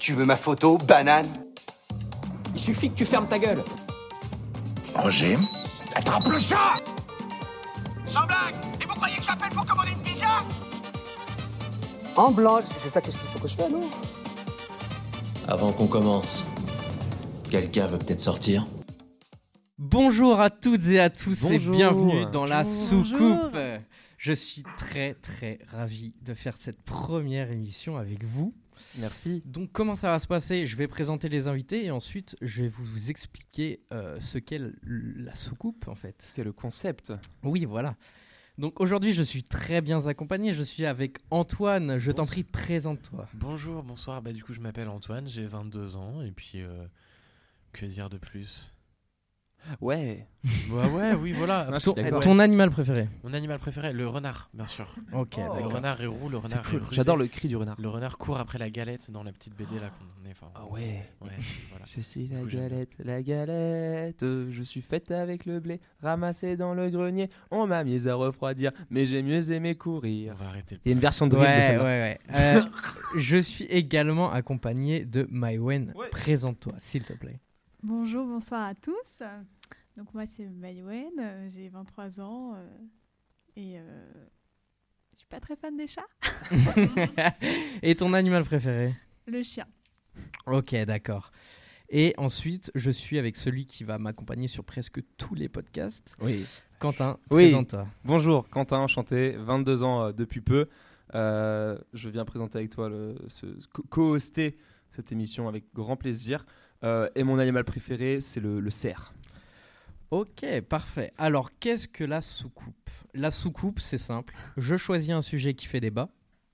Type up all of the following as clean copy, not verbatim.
Tu veux ma photo, banane? Il suffit que tu fermes ta gueule. Roger, attrape le chat! Sans blague! Et vous croyez que j'appelle pour commander une pizza? En blanc, c'est ça qu'est-ce qu'il faut que je fasse, non? Avant qu'on commence, quelqu'un veut peut-être sortir? Bonjour à toutes et à tous et bienvenue dans la soucoupe. Bonjour. Je suis très ravi de faire cette première émission avec vous. Merci. Donc comment ça va se passer? Je vais présenter les invités et ensuite je vais vous expliquer ce qu'est la soucoupe en fait. Quel est le concept? Oui, voilà. Donc aujourd'hui je suis très bien accompagné, je suis avec Antoine, je t'en prie présente-toi. Bonjour, bonsoir, du coup je m'appelle Antoine, j'ai 22 ans et puis que dire de plus? Ouais. Oui, voilà. Ton animal préféré? Mon animal préféré, le renard, bien sûr. Ok, Le d'accord. renard est roux, le renard est rusé. J'adore le cri du renard. Le renard court après la galette dans la petite BD là qu'on est. Enfin, Ah ouais. voilà. Je suis Du coup, j'aime la galette, je suis faite avec le blé, ramassée dans le grenier, on m'a mise à refroidir, mais j'ai mieux aimé courir. On va arrêter. Il y a une version de drill de celle-là. Ouais. Je suis également accompagné de Maïwen. Ouais. Présente-toi, s'il te plaît. Bonjour, bonsoir à tous. Donc moi c'est Maïwen, j'ai 23 ans et je suis pas très fan des chats. Et ton animal préféré? Le chien. Ok, d'accord. Et ensuite, je suis avec celui qui va m'accompagner sur presque tous les podcasts. Oui. Quentin, Oui. présente-toi. Bonjour, Quentin, enchanté, 22 ans depuis peu. Je viens présenter avec toi, co-hoster cette émission avec grand plaisir. Et mon animal préféré, c'est le cerf. Ok, parfait. Alors, qu'est-ce que la soucoupe? La soucoupe, c'est simple. Je choisis un sujet qui fait débat.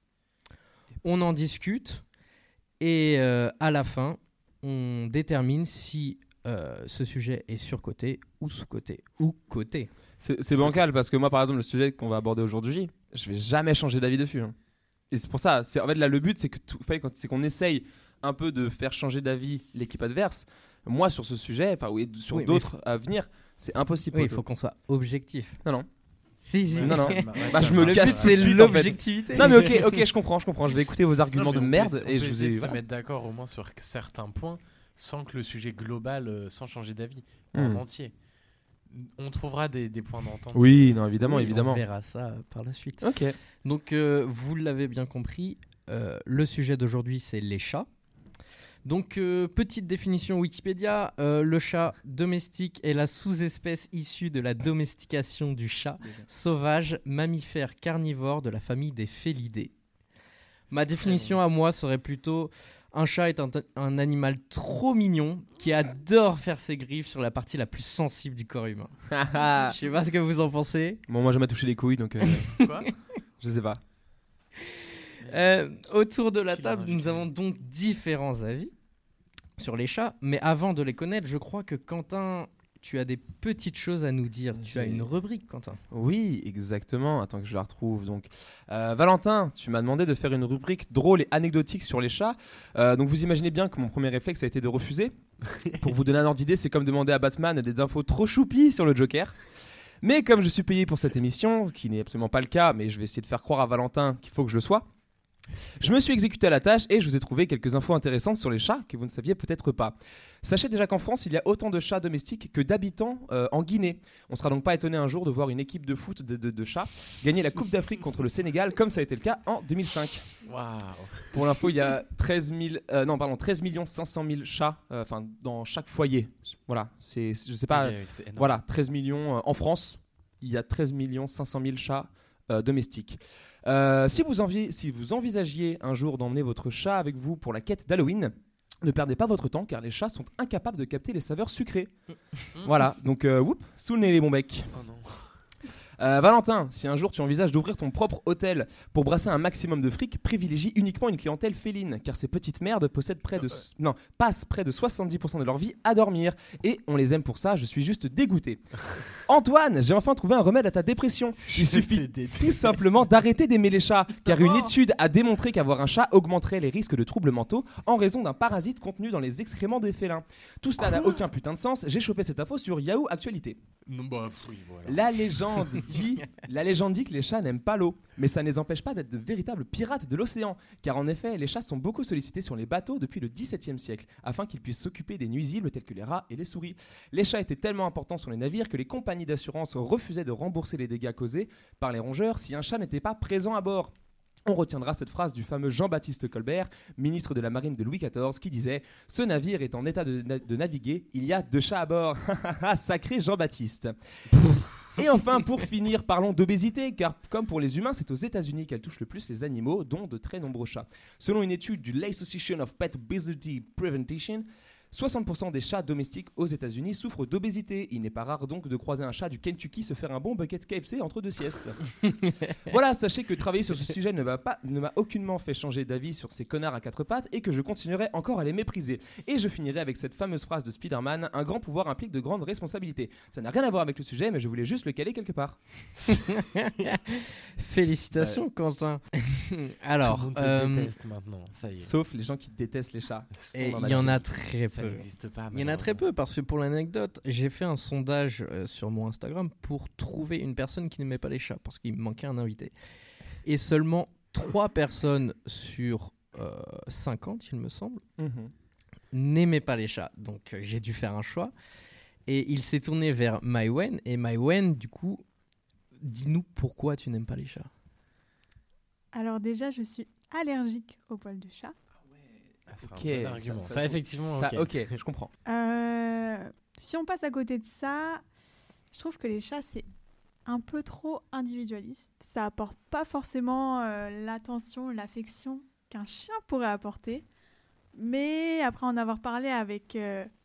On en discute. Et à la fin, on détermine si ce sujet est surcoté ou sous-coté ou coté. C'est bancal parce que moi, par exemple, le sujet qu'on va aborder aujourd'hui, je vais jamais changer d'avis dessus. Hein. Et c'est pour ça. En fait, là, le but, c'est c'est qu'on essaye un peu de faire changer d'avis l'équipe adverse. Moi, sur ce sujet, sur d'autres à venir, c'est impossible. Oui, il faut qu'on soit objectif. Non. Si. Non. Ça je me marche. casse tout de C'est suite, en fait. l'objectivité. Non, mais ok, je comprends. Je vais écouter vos arguments de merde et je vous ai ai. se Voilà. mettre d'accord au moins sur certains points sans que le sujet global, sans changer d'avis en entier. On trouvera des points d'entente. Oui, non, évidemment. On verra ça par la suite. Ok. Donc, vous l'avez bien compris, le sujet d'aujourd'hui, c'est les chats. Donc, petite définition Wikipédia, le chat domestique est la sous-espèce issue de la domestication du chat sauvage, mammifère carnivore de la famille des félidés. Ma définition à moi serait plutôt: un chat est un animal trop mignon qui adore faire ses griffes sur la partie la plus sensible du corps humain. Je sais pas ce que vous en pensez. Bon, moi, jamais touché les couilles, donc. Quoi? Je sais pas. Autour de la Qui table, l'a nous rajouté avons donc différents avis sur les chats. Mais avant de les connaître, je crois que Quentin, tu as des petites choses à nous dire. Tu as une rubrique, Quentin. Oui, exactement. Attends que je la retrouve. Donc, Valentin, tu m'as demandé de faire une rubrique drôle et anecdotique sur les chats. Donc, vous imaginez bien que mon premier réflexe a été de refuser. Pour vous donner un ordre d'idée, c'est comme demander à Batman des infos trop choupies sur le Joker. Mais comme je suis payé pour cette émission, ce qui n'est absolument pas le cas, mais je vais essayer de faire croire à Valentin qu'il faut que je le sois, je me suis exécuté à la tâche et je vous ai trouvé quelques infos intéressantes sur les chats que vous ne saviez peut-être pas. Sachez déjà qu'en France, il y a autant de chats domestiques que d'habitants en Guinée. On ne sera donc pas étonné un jour de voir une équipe de foot de chats gagner la Coupe d'Afrique contre le Sénégal, comme ça a été le cas en 2005. Waouh. Pour l'info, il y a 13 500 000 chats dans chaque foyer. Voilà, je sais pas. Ok, c'est énorme. Voilà, 13 millions en France. Il y a 13 500 000 chats domestiques. Si vous envisagiez un jour d'emmener votre chat avec vous pour la quête d'Halloween, ne perdez pas votre temps car les chats sont incapables de capter les saveurs sucrées. Voilà, donc sous le nez les bons becs. Oh non. Valentin, si un jour tu envisages d'ouvrir ton propre hôtel pour brasser un maximum de fric, privilégie uniquement une clientèle féline, car ces petites merdes passent près de 70% de leur vie à dormir, et on les aime pour ça, je suis juste dégoûté. Antoine, j'ai enfin trouvé un remède à ta dépression. Il suffit tout simplement d'arrêter d'aimer les chats, car une étude a démontré qu'avoir un chat augmenterait les risques de troubles mentaux en raison d'un parasite contenu dans les excréments des félins. Tout cela n'a aucun putain de sens, j'ai chopé cette info sur Yahoo Actualité. Non, oui, voilà. La légende La légende dit que les chats n'aiment pas l'eau, mais ça ne les empêche pas d'être de véritables pirates de l'océan, car en effet, les chats sont beaucoup sollicités sur les bateaux depuis le XVIIe siècle, afin qu'ils puissent s'occuper des nuisibles tels que les rats et les souris. Les chats étaient tellement importants sur les navires que les compagnies d'assurance refusaient de rembourser les dégâts causés par les rongeurs si un chat n'était pas présent à bord. On retiendra cette phrase du fameux Jean-Baptiste Colbert, ministre de la Marine de Louis XIV, qui disait « Ce navire est en état de naviguer, il y a 2 chats à bord. » Sacré Jean-Baptiste. Et enfin, pour finir, parlons d'obésité, car comme pour les humains, c'est aux États-Unis qu'elle touche le plus les animaux, dont de très nombreux chats. Selon une étude du l'Association of Pet Obesity Prevention, 60% des chats domestiques aux États-Unis souffrent d'obésité. Il n'est pas rare donc de croiser un chat du Kentucky se faire un bon bucket KFC entre 2 siestes. Voilà, sachez que travailler sur ce sujet ne m'a aucunement fait changer d'avis sur ces connards à 4 pattes et que je continuerai encore à les mépriser. Et je finirai avec cette fameuse phrase de Spider-Man, un grand pouvoir implique de grandes responsabilités. Ça n'a rien à voir avec le sujet, mais je voulais juste le caler quelque part. Félicitations, Quentin. Alors, Tout le monde te déteste maintenant, ça y est. Sauf les gens qui détestent les chats. et il y en a très Ça peu. n'existe pas. Il y en a très peu parce que pour l'anecdote, j'ai fait un sondage sur mon Instagram pour trouver une personne qui n'aimait pas les chats parce qu'il me manquait un invité. Et seulement 3 personnes sur 50, il me semble, n'aimaient pas les chats. Donc j'ai dû faire un choix. Et il s'est tourné vers Maïwen. Et Maïwen, du coup, dis-nous pourquoi tu n'aimes pas les chats. Alors déjà, je suis allergique aux poils de chat. Ah, c'est Ok, un bon argument. ça- Ça, effectivement, Ça, ok. ok, je comprends. Si on passe à côté de ça, je trouve que les chats, c'est un peu trop individualiste. Ça apporte pas forcément l'attention, l'affection qu'un chien pourrait apporter. Mais après en avoir parlé avec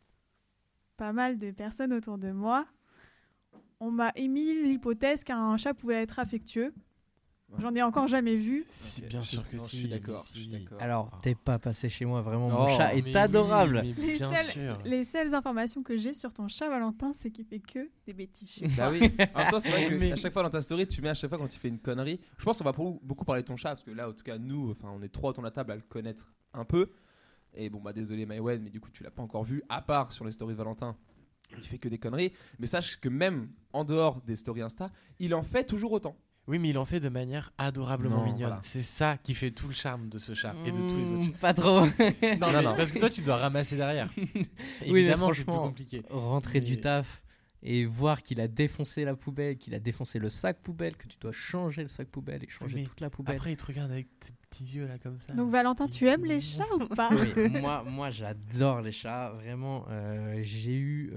pas mal de personnes autour de moi, on m'a émis l'hypothèse qu'un chat pouvait être affectueux. J'en ai encore jamais vu. Si, bien sûr que Non, si. Je suis d'accord. mais si. Alors, t'es pas passé chez moi, vraiment. Oh, Mon chat Mais est oui, adorable. mais Les bien seules- sûr. Les seules informations que j'ai sur ton chat Valentin, c'est qu'il fait que des bêtises chez Bah toi. oui. En même temps, c'est vrai Mais- qu'à chaque fois dans ta story, tu mets à chaque fois quand il fait une connerie. Je pense qu'on va beaucoup parler de ton chat parce que là, en tout cas, nous, enfin, on est 3 autour de la table à le connaître un peu. Et bon, bah désolé, Maïwen, mais du coup, tu l'as pas encore vu, à part sur les stories de Valentin. Il fait que des conneries. Mais sache que même en dehors des stories Insta, il en fait toujours autant. Oui, mais il en fait de manière adorablement Non, mignonne. voilà. C'est ça qui fait tout le charme de ce chat et de tous les autres chats. Pas trop. Non, mais non. parce que toi, tu dois ramasser derrière. mais Évidemment, c'est plus franchement, compliqué. Rentrer Mais- du taf et voir qu'il a défoncé la poubelle, qu'il a défoncé le sac poubelle, que tu dois changer le sac poubelle et changer Mais toute la poubelle. Après, il te regarde avec tes petits yeux là comme ça. Donc Valentin, Il tu est aimes les mignon. chats ou pas? Oui, moi j'adore les chats, vraiment. J'ai eu,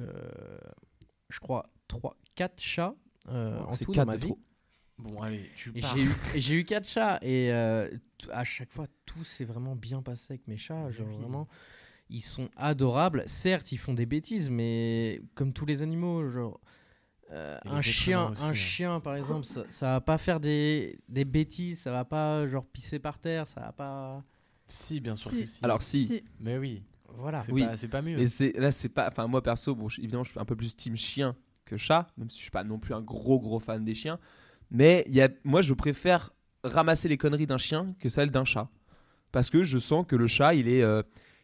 je crois, 4 chats en C'est tout 4 dans ma de vie. trop. Bon, allez, tu Et pars. j'ai eu 4 chats et à chaque fois tout s'est vraiment bien passé avec mes chats. Genre Oui. vraiment, ils sont adorables. Certes, ils font des bêtises, mais comme tous les animaux, genre les un êtres chien, humains aussi, un hein. chien par exemple, ça va pas faire des bêtises, ça va pas genre pisser par terre, ça va pas. Si, bien sûr Si. que si. Alors, si. Si. Mais oui, Voilà. c'est Oui. pas mieux. Mais là, c'est pas. Enfin, moi perso, bon, évidemment, je suis un peu plus team chien que chat, même si je suis pas non plus un gros fan des chiens. Mais moi, je préfère ramasser les conneries d'un chien que celles d'un chat. Parce que je sens que le chat, il est.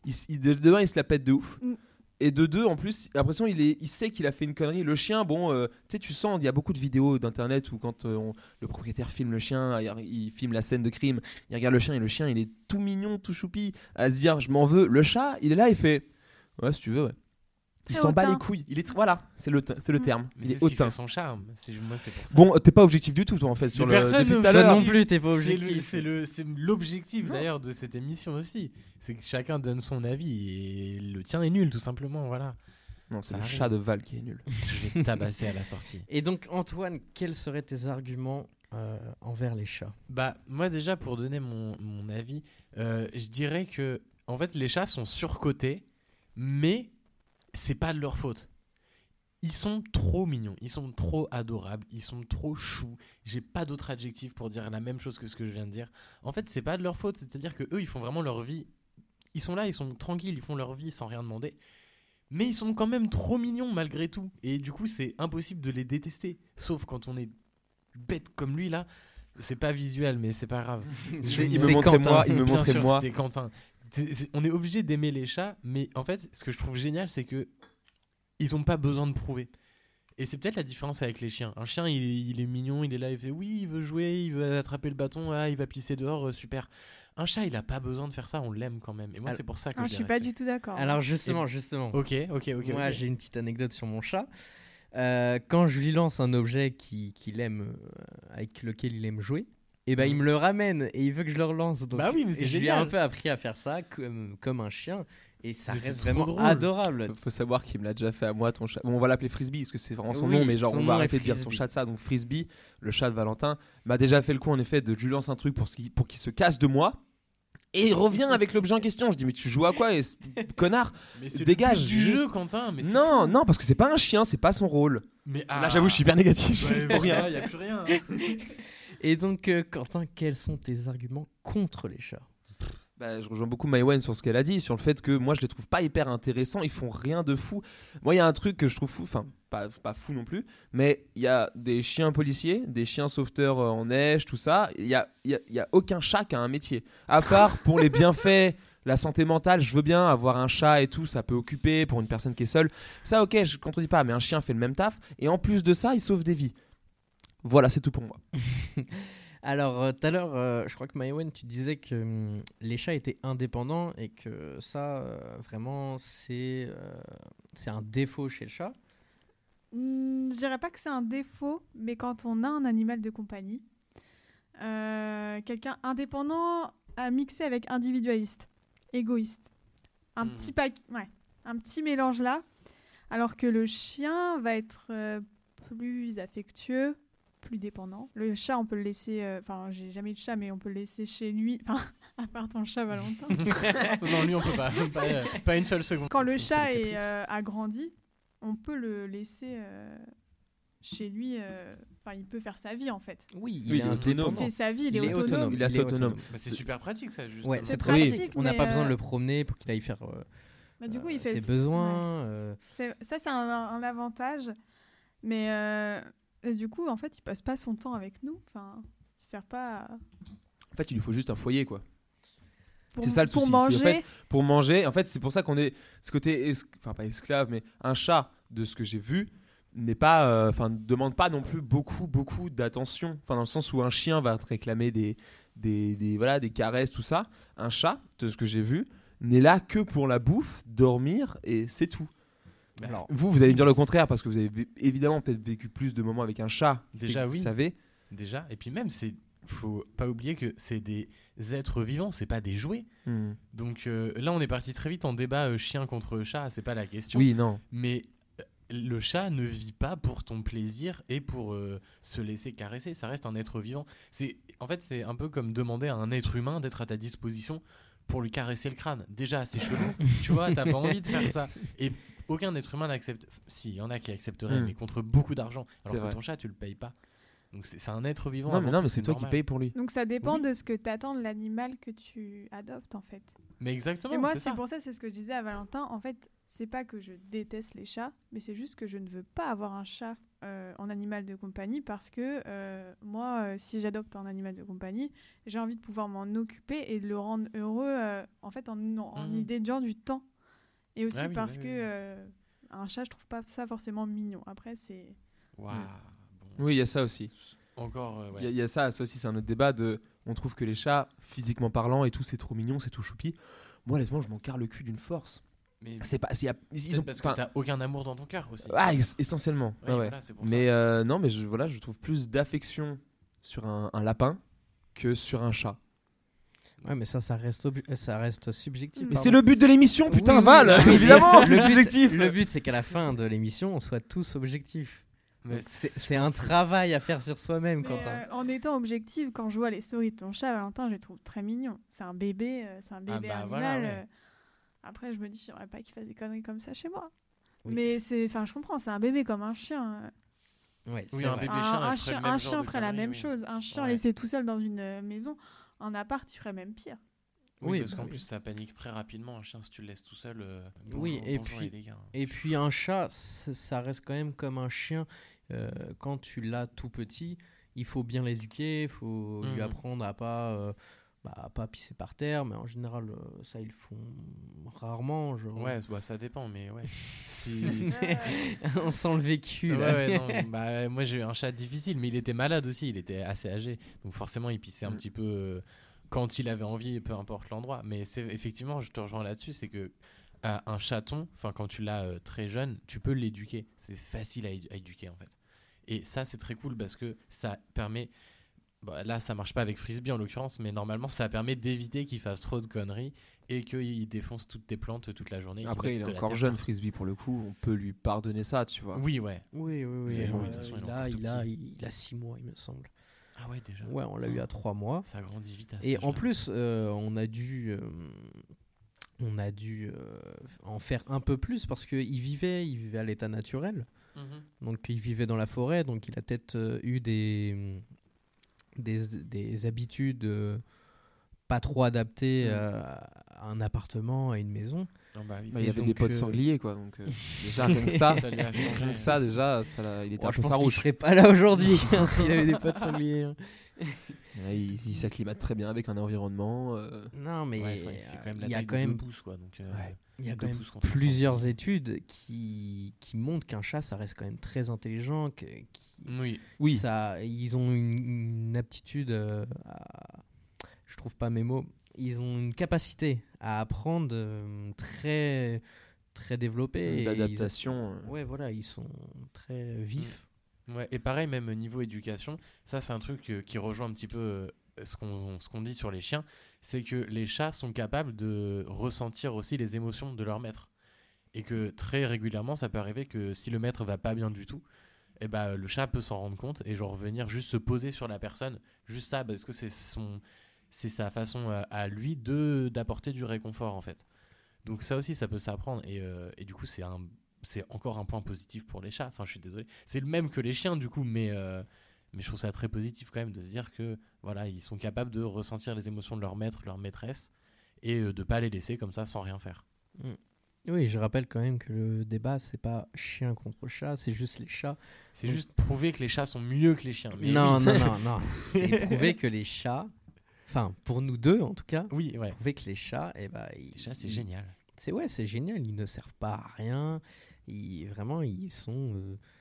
De un, il se la pète de ouf. Mm. Et de deux, en plus, j'ai l'impression il sait qu'il a fait une connerie. Le chien, bon, tu sais, tu sens, il y a beaucoup de vidéos d'internet où quand le propriétaire filme le chien, il filme la scène de crime, il regarde le chien et le chien, il est tout mignon, tout choupi, à se dire, je m'en veux. Le chat, il est là, il fait, ouais, si tu veux, ouais. Il Très s'en bat hautain. les couilles. Voilà, c'est le terme. Mais Il est c'est ce qui hautain. fait son charme. Moi, c'est pour ça. Bon, t'es pas objectif du tout, toi, en fait, sur Mais personne depuis ne tout à veut. l'heure. non plus, t'es pas C'est objectif. c'est l'objectif d'ailleurs de cette émission aussi. C'est que chacun donne son avis et le tien est nul tout simplement. Voilà. Non, c'est Ça le arrive. chat de Val qui est nul. Je vais tabasser à la sortie. Et donc Antoine, quels seraient tes arguments envers les chats? Bah moi déjà pour donner mon avis, je dirais que en fait les chats sont surcotés, mais c'est pas de leur faute. Ils sont trop mignons, ils sont trop adorables, ils sont trop choux. J'ai pas d'autre adjectif pour dire la même chose que ce que je viens de dire. En fait, c'est pas de leur faute, c'est-à-dire que eux, ils font vraiment leur vie. Ils sont là, ils sont tranquilles, ils font leur vie sans rien demander. Mais ils sont quand même trop mignons malgré tout. Et du coup, c'est impossible de les détester. Sauf quand on est bête comme lui là. C'est pas visuel, mais c'est pas grave. Il me montrait moi, il me Bien montrait sûr, moi. c'était Quentin. On est obligé d'aimer les chats, mais en fait, ce que je trouve génial, c'est que ils ont pas besoin de prouver. Et c'est peut-être la différence avec les chiens. Un chien, il est mignon, il est là, il fait oui, il veut jouer, il veut attraper le bâton, il va pisser dehors, super. Un chat, il a pas besoin de faire ça, on l'aime quand même. Et moi, c'est pour ça que Je suis pas du tout d'accord. Alors justement. Ok. Moi, j'ai une petite anecdote sur mon chat. Quand je lui lance un objet qu'il aime, avec lequel il aime jouer, et il me le ramène et il veut que je le relance. Donc, bah oui, mais c'est je lui ai génial. un peu appris à faire ça comme un chien. Et ça Mais c'est reste trop vraiment drôle. adorable. Faut savoir qu'il me l'a déjà fait à moi, ton chat. Bon, on va l'appeler Frisbee parce que c'est vraiment son Oui, nom, mais genre son on nom va est arrêter de dire son Frisbee. chat de ça. Donc Frisbee, le chat de Valentin, m'a déjà fait le coup en effet de je lui lance un truc pour qu'il se casse de moi. Et il revient avec l'objet en question. Je dis mais tu joues à quoi connard? Mais c'est Dégage, le but du juste. jeu, Quentin. Mais c'est Non, fou. non, parce que c'est pas un chien, c'est pas son rôle. Mais Là j'avoue je suis hyper négatif. c'est pour rien. Il y a plus rien. Et donc, Quentin, quels sont tes arguments contre les chats? Bah, je rejoins beaucoup Maïwen sur ce qu'elle a dit, sur le fait que moi je les trouve pas hyper intéressants, ils font rien de fou. Moi il y a un truc que je trouve fou, enfin pas fou non plus, mais il y a des chiens policiers, des chiens sauveteurs en neige, tout ça. Il y a aucun chat qui a un métier. À part pour les bienfaits, la santé mentale, je veux bien avoir un chat et tout, ça peut occuper pour une personne qui est seule. Ça ok, je contredis pas, mais un chien fait le même taf, et en plus de ça, il sauve des vies. Voilà, c'est tout pour moi. Alors, tout à l'heure, je crois que Maïwen, tu disais que les chats étaient indépendants et que ça, vraiment, c'est un défaut chez le chat. Je dirais pas que c'est un défaut, mais quand on a un animal de compagnie, quelqu'un indépendant a mixé avec individualiste, égoïste. Un petit mélange là, alors que le chien va être plus affectueux, plus dépendant. Le chat, on peut le laisser... Enfin, j'ai jamais eu de chat, mais on peut le laisser chez lui. Enfin, à part ton chat, Valentin. Non, lui, on peut pas une seule seconde. Quand le chat a grandi, on peut le laisser chez lui. Enfin, il peut faire sa vie, en fait. Oui, il est autonome. Il fait sa vie, il est Il est autonome. Il est assez autonome. Bah, c'est super pratique, ça, juste. Ouais, C'est c'est pratique, pratique. On n'a mais, pas besoin de le promener pour qu'il aille faire Bah, du coup, il fait ses besoins. Ça, c'est un avantage. Mais du coup, en fait, il passe pas son temps avec nous. Enfin, il sert pas à... En fait, il lui faut juste un foyer, quoi. pour, C'est ça le pour souci. manger. En fait, pour manger, en fait, c'est pour ça qu'on est ce côté, enfin pas esclave, mais un chat, de ce que j'ai vu, n'est pas, enfin, ne demande pas non plus beaucoup d'attention. Enfin, dans le sens où un chien va te réclamer des caresses, tout ça. Un chat, de ce que j'ai vu, n'est là que pour la bouffe, dormir et c'est tout. Alors, Vous allez me dire le contraire parce que vous avez évidemment peut-être vécu plus de moments avec un chat. Déjà, vous oui. savez. Déjà, et puis même, faut pas oublier que c'est des êtres vivants, c'est pas des jouets. Donc là, on est parti très vite en débat chien contre chat, c'est pas la question. Oui, non. Mais le chat ne vit pas pour ton plaisir et pour se laisser caresser. Ça reste un être vivant. En fait, c'est un peu comme demander à un être humain d'être à ta disposition pour lui caresser le crâne. Déjà, c'est chelou. Tu vois, t'as pas envie de faire ça. Et aucun être humain n'accepte. Si, il y en a qui accepteraient, mais contre beaucoup d'argent. C'est Alors que vrai. ton chat, tu le payes pas. Donc c'est un être vivant. Non, avant mais tout, c'est toi normal. qui payes pour lui. Donc ça dépend Oui. de ce que tu attends de l'animal que tu adoptes, en fait. Mais exactement. Et moi, c'est c'est ça. pour ça, c'est ce que je disais à Valentin. En fait, c'est pas que je déteste les chats, mais c'est juste que je ne veux pas avoir un chat en animal de compagnie parce que moi, si j'adopte un animal de compagnie, j'ai envie de pouvoir m'en occuper et de le rendre heureux en fait, en y dédiant du temps. Et aussi Ah oui, parce oui, que un chat, je trouve pas ça forcément mignon. Après, c'est... Waouh. Bon. Oui, il y a ça aussi. Encore. Ouais. Il y a ça aussi, c'est un autre débat de. On trouve que les chats, physiquement parlant et tout, c'est trop mignon, c'est tout choupi. Moi, honnêtement, je m'en carre le cul d'une force. Mais C'est pas. Ils ont parce que t'as aucun amour dans ton cœur aussi. Ah, essentiellement. Ouais, ouais. voilà, c'est pour Mais non, mais je trouve plus d'affection sur un lapin que sur un chat. ouais, mais ça reste subjectif. Mais pardon. c'est le but de l'émission, putain, Oui, oui, Val. oui, Évidemment, le c'est but- subjectif. Le but, c'est qu'à la fin de l'émission, on soit tous objectifs. Mais C'est un travail à faire sur soi-même, Mais, Quentin. en étant objective, quand je vois les stories de ton chat, Valentin, je les trouve très mignon. C'est un bébé animal. voilà, ouais. Après, je me dis, j'aimerais pas qu'il fasse des conneries comme ça chez moi. Oui. Mais je comprends, c'est un bébé comme un chien. Ouais, Oui, c'est un vrai. bébé chien, Un elle ferait le chien, même un genre chien de ferait la conneries, même oui. chose. Un chien Ouais. laissé tout seul dans une maison, en appart, il ferait même pire. Oui, Oui, parce qu'en oui. plus ça panique très rapidement un chien si tu le laisses tout seul. Oui, et bonjour puis- les dégâts. Et puis un chat, ça reste quand même comme un chien. Quand tu l'as tout petit, il faut bien l'éduquer, il faut lui Mhm. apprendre à pas pas pisser par terre, mais en général, ça, ils le font rarement. Genre... Ouais, bah, ça dépend, mais ouais. Si... On sent le vécu, Ouais, là. ouais, non, bah, moi, j'ai eu un chat difficile, mais il était malade aussi, il était assez âgé. Donc forcément, il pissait un petit peu quand il avait envie, peu importe l'endroit. Mais c'est, effectivement, je te rejoins là-dessus, c'est que un chaton, quand tu l'as très jeune, tu peux l'éduquer. C'est facile à éduquer, en fait. Et ça, c'est très cool parce que ça permet... Bon, là, ça marche pas avec Frisbee en l'occurrence, mais normalement, ça permet d'éviter qu'il fasse trop de conneries et qu'il défonce toutes tes plantes toute la journée. Après, il est encore jeune, Frisbee, pour le coup. On peut lui pardonner ça, tu vois. Oui, ouais. Oui. C'est long, Ouais, de toute façon, il a 6 mois, il me semble. Ah ouais, déjà. Ouais, on l'a eu à 3 mois. Ça grandit vite à cet Et âge-là. en plus, on a dû en faire un peu plus parce qu'il vivait à l'état naturel. Donc il vivait dans la forêt, donc il a peut-être eu des habitudes pas trop adaptées à un appartement, à une maison. Non, bah, oui, Bah, il y avait donc, des potes sangliers, quoi. Donc, déjà, rien que ça, ça lui a changé. rien que ça, déjà, il était un Je peu pense qu'il farouche. serait pas là aujourd'hui s'il avait des potes sangliers. hein. Ouais, il s'acclimate très bien avec un environnement. Non, mais Ouais, il fait quand même la il y a taille quand de même 2 pouces, quoi. Donc, il y a deux quand même pouces contre plusieurs études qui montrent qu'un chat, ça reste quand même très intelligent, Oui. ça, ils ont une aptitude je trouve pas mes mots, ils ont une capacité à apprendre très très développée. D'adaptation. Ouais, voilà, ils sont très vifs. Ouais, et pareil, même niveau éducation, ça c'est un truc qui rejoint un petit peu ce qu'on dit sur les chiens, c'est que les chats sont capables de ressentir aussi les émotions de leur maître. Et que très régulièrement, ça peut arriver que si le maître va pas bien du tout, et bah, le chat peut s'en rendre compte et genre venir juste se poser sur la personne, juste ça, parce que c'est sa façon à lui d'apporter du réconfort en fait. Donc ça aussi, ça peut s'apprendre et du coup, c'est encore un point positif pour les chats. Enfin, je suis désolé. C'est le même que les chiens, du coup, mais je trouve ça très positif quand même de se dire que voilà, ils sont capables de ressentir les émotions de leur maître, leur maîtresse, et de pas les laisser comme ça sans rien faire. Oui, je rappelle quand même que le débat, c'est pas chien contre chat, c'est juste les chats. C'est juste prouver que les chats sont mieux que les chiens. Mais Non, oui, non. C'est prouver que les chats, enfin, pour nous deux en tout cas, Oui, ouais. prouver que les chats, Les chats, c'est génial. C'est génial, ils ne servent pas à rien. Vraiment, ils sont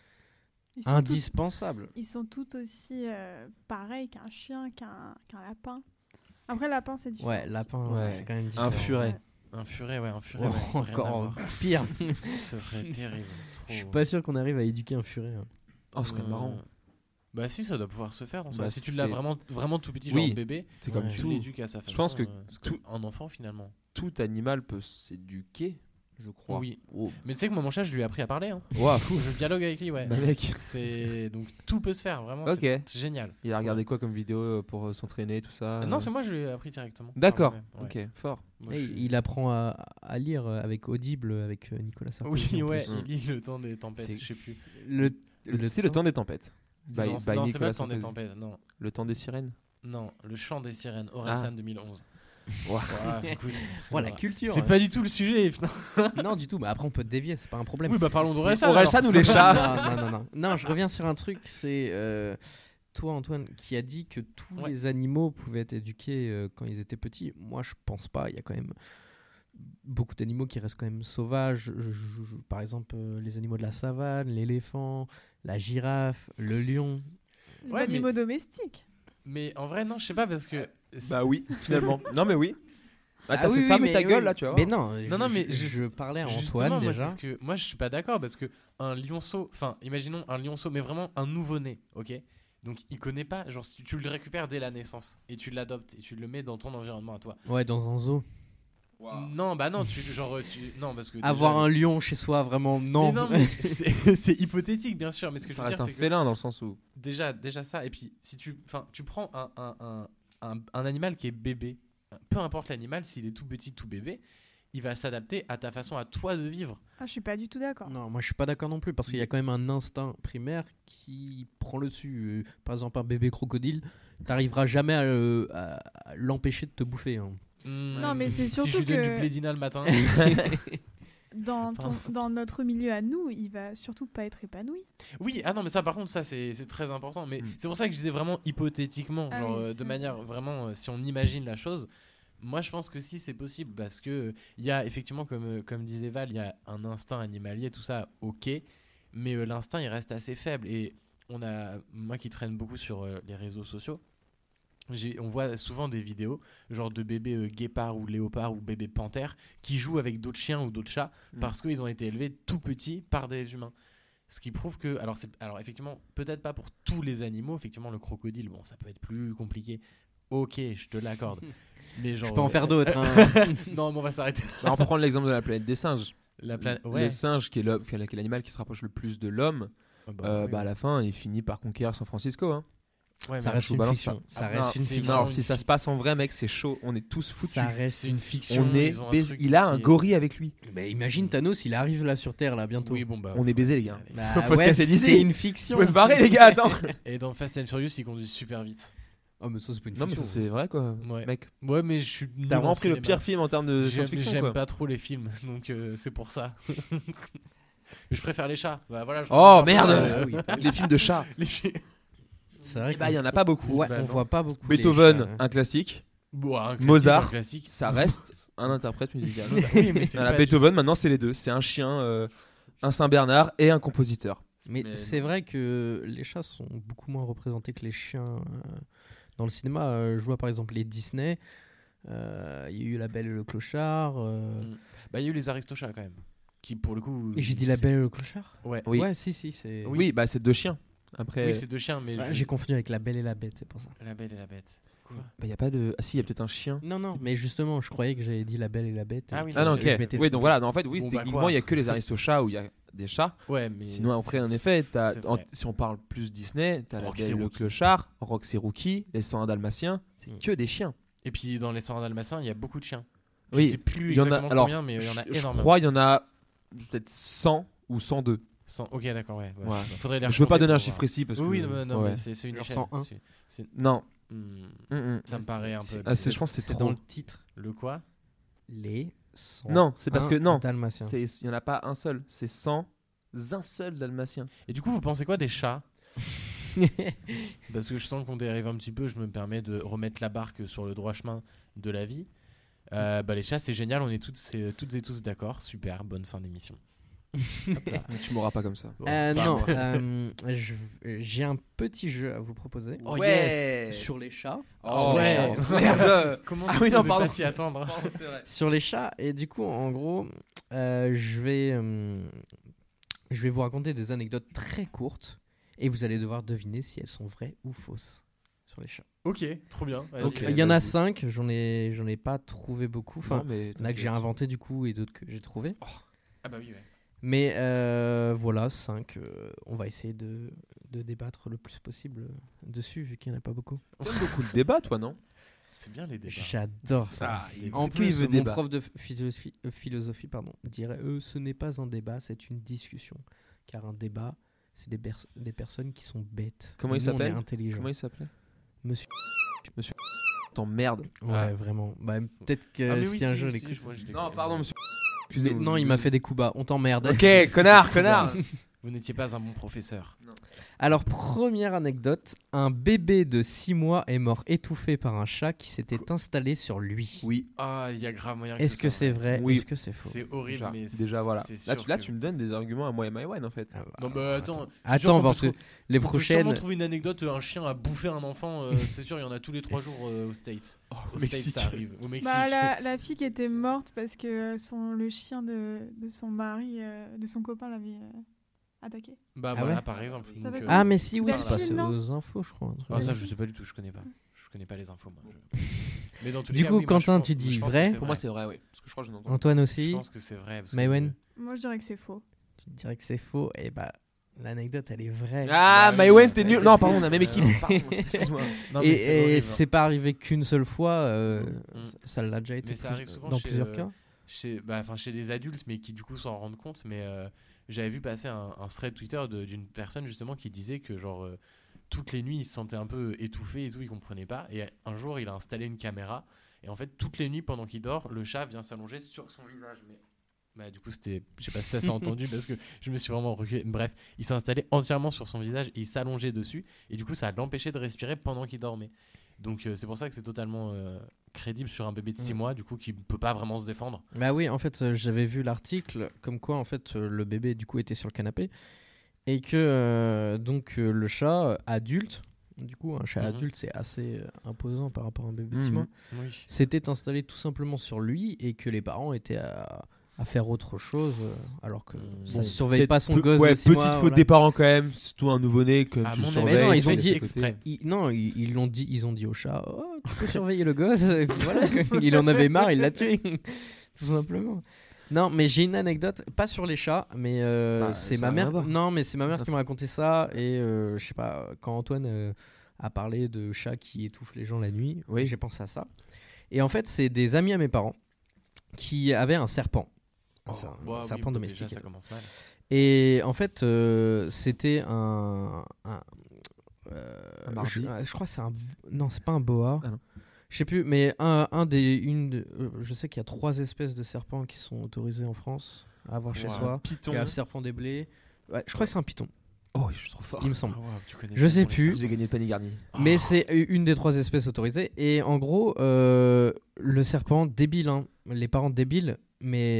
Ils sont indispensables. Ils sont tout aussi pareils qu'un chien, qu'un lapin. Après, lapin, c'est différent. Ouais, lapin, Ouais. c'est quand même différent. Un furet. Ouais. Un furet, ouais. Oh, Rien à encore voir. pire. Ce serait terrible. Je suis pas sûr qu'on arrive à éduquer un furet. hein. Oh, ce serait marrant. Bah si, ça doit pouvoir se faire en soi. Bah, Si tu l'as c'est- vraiment, vraiment tout petit, Oui. genre bébé, C'est comme tu tout. l'éduques à sa façon. pense que c'est comme un enfant finalement. Tout animal peut s'éduquer, je crois. Oui. Oh. Mais tu sais que moi, mon chat, je lui ai appris à parler. Hein. Ouah, Je dialogue avec lui, ouais. bah, mec. Donc tout peut se faire, vraiment. Ok. C'est génial. Il a regardé quoi comme vidéo pour s'entraîner, tout ça Non, c'est moi, je lui ai appris directement. D'accord. Ah, ouais, ouais. Ok, fort. Moi, Et je suis- il apprend à lire avec Audible avec Nicolas Sarkozy. Oui, en ouais, plus. il lit le temps des tempêtes, C'est- je sais plus. C'est le temps des tempêtes. Non, By non, c'est pas Nicolas le temps des Sarkozy. tempêtes, non. Le temps des sirènes. Non, le chant des sirènes, Orelsan 2011. Écoute, Oh, la culture. c'est pas du tout le sujet. putain. Non, du tout. Mais après, on peut te dévier, c'est pas un problème. Oui, bah parlons d'Orelsan. Orelsan ou les chats Non, je reviens sur un truc. C'est toi, Antoine, qui a dit que tous Ouais. les animaux pouvaient être éduqués quand ils étaient petits. Moi, je pense pas. Il y a quand même beaucoup d'animaux qui restent quand même sauvages. Par exemple, les animaux de la savane, l'éléphant, la girafe, le lion. Les Ouais, animaux domestiques. Mais en vrai, non, je sais pas parce que. Bah oui, finalement. Non, mais oui. Ah, t'as oui, fait oui, fermer mais ta gueule oui. là, tu vois. Mais non, Non, mais je parlais à Justement, Antoine moi, déjà. c'est ce que moi je suis pas d'accord parce que un lionceau, enfin imaginons un lionceau mais vraiment un nouveau-né, ok, donc il connaît pas, genre si tu le récupères dès la naissance et tu l'adoptes et tu le mets dans ton environnement à toi. Ouais, dans un zoo. Non, bah non, non parce que Avoir déjà, un lion chez soi, vraiment, non. Mais non, mais c'est hypothétique bien sûr, mais ce que Ça je veux reste dire un c'est que félin dans le sens où. déjà ça et puis si tu prends un animal qui est bébé, peu importe l'animal, s'il est tout petit, tout bébé, il va s'adapter à ta façon à toi de vivre. Ah, je suis pas du tout d'accord. Non, moi je suis pas d'accord non plus parce qu'il y a quand même un instinct primaire qui prend le dessus. Par exemple, un bébé crocodile, t'arriveras jamais à l'empêcher de te bouffer. hein. Non, mais c'est Si surtout je lui donne que- du blédina le matin. dans notre milieu à nous, il va surtout pas être épanoui. Oui, ah non, mais ça, par contre, ça, c'est très important. Mais c'est pour ça que je disais vraiment hypothétiquement, Ah genre oui. de manière vraiment, si on imagine la chose. Moi, je pense que si c'est possible, parce que il y a effectivement, comme disait Val, il y a un instinct animalier, tout ça, ok, mais l'instinct, il reste assez faible. Et moi qui traîne beaucoup sur les réseaux sociaux, on voit souvent des vidéos, genre de bébés guépards ou léopards ou bébés panthères, qui jouent avec d'autres chiens ou d'autres chats, parce qu'ils ont été élevés tout petits par des humains. Ce qui prouve que, alors effectivement, peut-être pas pour tous les animaux, effectivement le crocodile, bon, ça peut être plus compliqué. Ok, je te l'accorde. Mais genre, Je peux en faire d'autres. Hein. non, mais on va s'arrêter. Alors, on peut prendre l'exemple de la planète des singes. Ouais. Le singe qui est l'animal qui se rapproche le plus de l'homme, Oui, à la fin, il finit par conquérir San Francisco. Hein. Ouais, Ça mais reste je vous une balance fiction. ça. Ça Ah, reste non, une c'est fiction. Alors, si ça se passe en vrai, mec, c'est chaud. On est tous foutus. Ça reste une fiction. On est ils ont un truc il a un qui est- gorille avec lui. Bah, imagine Thanos, il arrive là sur Terre là bientôt. Oui, bon, bah, On est baisés, les gars. Bah, Faut se ouais, casser l'idée. c'est une fiction. Faut se barrer, les gars, attends. Et dans Fast and Furious, ils conduisent super vite. Oh, mais ça, c'est pas une Non, mais fiction. ça, c'est vrai, quoi. Ouais. Mec, Ouais, mais je suis. nul t'as en vraiment pris le cinéma. pire film en termes de science-fiction, J'aime quoi. pas trop les films, donc c'est pour ça. Mais je préfère les chats. Bah, voilà, je Oh, préfère merde. pas les chats. oui. Les films de chats. Les chi- C'est vrai Eh bah, il y en a pas beaucoup. Ouais, Bah, on non. voit pas beaucoup. les Beethoven, chats. un classique. Bon, un classique, Mozart. un classique. Ça reste un interprète musical. Oui, mais c'est Voilà, pas Beethoven, maintenant, c'est les deux. C'est un chien, un Saint-Bernard et un compositeur. Mais Mais c'est non. vrai que les chats sont beaucoup moins représentés que les chiens dans le cinéma. Je vois par exemple les Disney. Il y a eu La Belle et le Clochard. Bah, il y a eu les Aristochats quand même. Qui, pour le coup. Et j'ai dit La Belle et le Clochard. Ouais. Oui. Ouais, si, c'est. Oui, bah, c'est deux chiens. Après, Oui, c'est deux chiens, mais. Ouais, j'ai confondu avec La Belle et la Bête, c'est pour ça. La Belle et la Bête. Quoi bah, y a pas de. Ah, si, il y a peut-être un chien. Non, non, mais justement, je croyais que j'avais dit La Belle et la Bête. Ah et oui, que Ah, non, je ok. m'étais Oui, trompé. donc voilà. En fait, oui, Bon, bah, techniquement, quoi. il y a que les Aristochats où il y a des chats. Ouais, mais. Sinon, après, en effet, c'est vrai. si on parle plus Disney, t'as La Roxy Belle et le Rookie. Clochard, Roxy Rookie, Les 101 Dalmatiens, c'est Mm. que des chiens. Et puis dans les 101 Dalmatiens, il y a beaucoup de chiens. Oui, Je sais plus il y en a- exactement alors, combien, mais il y en a Je énormément. crois il y en a peut-être 100 ou 102. Ok, d'accord, ouais. Ouais. Faudrait les Je veux pas recompter donner un pour chiffre voir. précis parce que. Oui, non, ouais. mais c'est une Genre échelle. 101. Non. Hmm, Ça me paraît un peu. Ah, je pense que c'est C'est trop. dans le titre. Le quoi Les 100 Non, c'est parce que non. Dalmatiens. Il y en a pas un seul, c'est 100 un seul dalmatien. Et du coup, vous pensez quoi des chats Parce que je sens qu'on dérive un petit peu, je me permets de remettre la barque sur le droit chemin de la vie. Bah, les chats, c'est génial, on est toutes et tous d'accord. Super, bonne fin d'émission. Hop là. Tu m'auras pas comme ça. Bon, pas Non, moi. j'ai un petit jeu à vous proposer. Oh, Ouais. yes. Sur les chats. Oh, ouais. merde. Comment Ah tu oui, peux non, ne pardon. pas t'y attendre c'est vrai. Sur les chats. Et du coup, en gros, je vais vous raconter des anecdotes très courtes. Et vous allez devoir deviner si elles sont vraies ou fausses sur les chats. Ok, trop bien. Vas-y, Ok. Il y en a vas-y. 5, j'en ai pas trouvé beaucoup. Enfin, Non, mais il y en a que j'ai inventé du coup et d'autres que j'ai trouvé. Ah bah oui, ouais. Mais voilà, 5. On va essayer de débattre le plus possible dessus, vu qu'il n'y en a pas beaucoup. T'aimes beaucoup le débat, toi, non? C'est bien les débats. J'adore ça. Ah, il est En Qui veut plus, mon débat prof de philosophie dirait ce n'est pas un débat, c'est une discussion. Car un débat, c'est des personnes qui sont bêtes. Comment Et il nous, on est s'appelle intelligents. Comment il s'appelle? Monsieur. T'emmerdes. Ouais, Ah. vraiment. Bah, peut-être que Ah, mais oui, si un si, jour si, l'écoute. moi, je l'ai Non, fait. pardon, monsieur. Mais Excusez-moi. non, il m'a fait des coups bas. On t'emmerde. Ok, connard, connard. Vous n'étiez pas un bon professeur. Alors, première anecdote. Un bébé de 6 mois est mort étouffé par un chat qui s'était installé sur lui. Oui, Ah, il y a grave moyen Est-ce que c'est vrai Oui. Est-ce que c'est faux? C'est horrible, déjà, mais déjà voilà. c'est Là, sûr là que- tu me donnes des arguments à moi et Maïwan en fait. Ah bah, Non, bah attends. c'est sûr Attends, qu'on parce peut que les on peut prochaines. sûrement trouver une anecdote, un chien a bouffé un enfant, c'est sûr, il y en a tous les 3 jours aux States. Au Aux Mexique. States, ça arrive. Au Mexique. Bah, la fille qui était morte parce que le chien de son mari, de son copain l'avait attaqué. Bah Ah voilà, ouais par exemple. Ça Donc, va Ah, mais si, C'est oui, un c'est passé film, non aux infos, je crois. un truc Ah, comme ça, ça. je sais pas du tout, je connais pas. Je connais pas les infos, moi. Mais dans tous les Du cas, coup, oui, moi, je Quentin, pense- tu dis je pense que vrai. c'est Pour moi, c'est vrai, oui. Parce que je crois que je n'entends. Antoine Je aussi. pense que c'est vrai. parce que- Maïwen, Moi, je dirais que c'est faux. tu dirais que c'est faux. Et bah, l'anecdote, elle est vraie. Ah, Bah, Maïwen, oui, t'es ça, nul. c'est Non, triste. pardon, on a la même équipe. Pardon, excuse-moi. Non, mais c'est Et horrible, hein. c'est pas arrivé qu'une seule fois. Mm. Ça l'a déjà été Mais ça plus- arrive souvent dans chez, plusieurs cas. chez des adultes, mais qui du coup s'en rendent compte. Mais j'avais vu passer un thread Twitter d'une personne justement qui disait que genre toutes les nuits il se sentait un peu étouffé et tout, il comprenait pas. Et un jour il a installé une caméra et en fait toutes les nuits pendant qu'il dort, le chat vient s'allonger sur son visage. Bah, du coup, c'était. Je sais pas si ça s'est entendu parce que je me suis vraiment reculé. Bref, il s'est installé entièrement sur son visage et il s'allongeait dessus. Et du coup, ça l'empêchait de respirer pendant qu'il dormait. Donc, c'est pour ça que c'est totalement crédible sur un bébé de 6 mois, du coup, qui peut pas vraiment se défendre. Bah oui, en fait, j'avais vu l'article comme quoi en fait le bébé du coup était sur le canapé et que le chat adulte, du coup un chat adulte c'est assez imposant par rapport à un bébé de 6 mois, Oui. s'était installé tout simplement sur lui et que les parents étaient à faire autre chose alors que ça Bon, surveille peut-être pas son gosse ouais, de 6 petite mois. faute Voilà. des parents quand même, surtout un nouveau-né que À tu mon avis, surveilles. Mais non, ils tu ont laisses dit à côté. Ils ont dit au chat, oh, tu peux surveiller le gosse. Et puis voilà, il en avait marre, il l'a tué, tout simplement. Non, mais j'ai une anecdote, pas sur les chats, mais c'est ça ma a rien mère. à voir. Non, mais c'est ma mère qui m'a raconté ça. Et je sais pas, quand Antoine a parlé de chats qui étouffent les gens la nuit, Oui. j'ai pensé à ça. Et en fait, c'est des amis à mes parents qui avaient un serpent. Oh, C'est un bah oui, serpent bah, domestique. déjà, ça commence mal. Et en fait, c'était un mardi. je crois que c'est un. Non, c'est pas un boa. Ah non. Je sais plus, mais je sais qu'il y a 3 espèces de serpents qui sont autorisés en France à avoir chez Ouais. soi. Python. Il y a le serpent des blés. Ouais, je crois que c'est un python, Oh, je suis trop fort. il me semble. Ah, wow, tu connais Je sais tellement les plus. serpents. J'ai gagné le panier garni. Mais c'est une des 3 espèces autorisées. Et en gros, le serpent débile, hein, les parents débiles, mais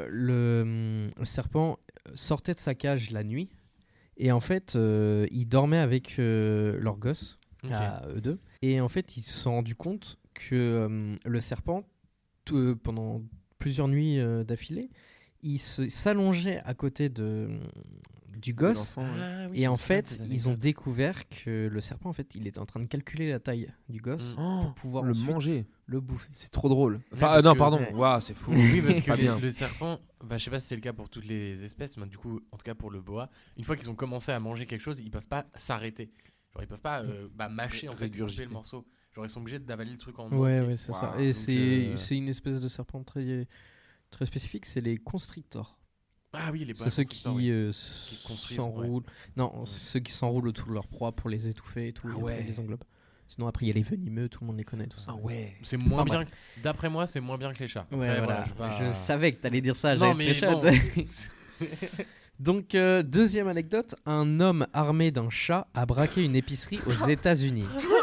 le serpent sortait de sa cage la nuit. Et en fait, il dormait avec leur gosse, Ok. à eux deux. Et en fait, ils se sont rendus compte que le serpent, pendant plusieurs nuits d'affilée, il s'allongeait à côté du gosse. Ah oui, Et je en me souviens de fait, cette ils ont anecdote. découvert que le serpent, en fait, il était en train de calculer la taille du gosse pour pouvoir le ensuite manger. le bouffer. C'est trop drôle. Enfin, parce non, que- pardon. Ouais. Waouh, c'est fou. Oui, parce que Pas bien. le serpent, bah, je sais pas si c'est le cas pour toutes les espèces, mais du coup, en tout cas pour le boa, une fois qu'ils ont commencé à manger quelque chose, ils peuvent pas s'arrêter. Genre, ils peuvent pas mâcher en fait, couper Régurgiter. le morceau. Genre, ils sont obligés d'avaler le truc en Ouais, entier. ouais, c'est ça. Waouh. Et Donc, c'est une espèce de serpent très, très spécifique, c'est les constrictors. Ah oui, les boa C'est ceux constrictors, qui oui. construisent, s'enroulent. Non, ceux qui s'enroulent autour de leur proie pour les étouffer et tout, Ah et après ouais. les englobent. Sinon, après, il y a les venimeux, tout le monde les connaît, tout ça. Ah ouais. C'est moins Enfin, bien. D'après moi, c'est moins bien que les chats. Ouais, Après, voilà. je vais pas- Je savais que t'allais dire ça, Non, j'avais mais très bon. chatte. Donc, deuxième anecdote, un homme armé d'un chat a braqué une épicerie aux États-Unis.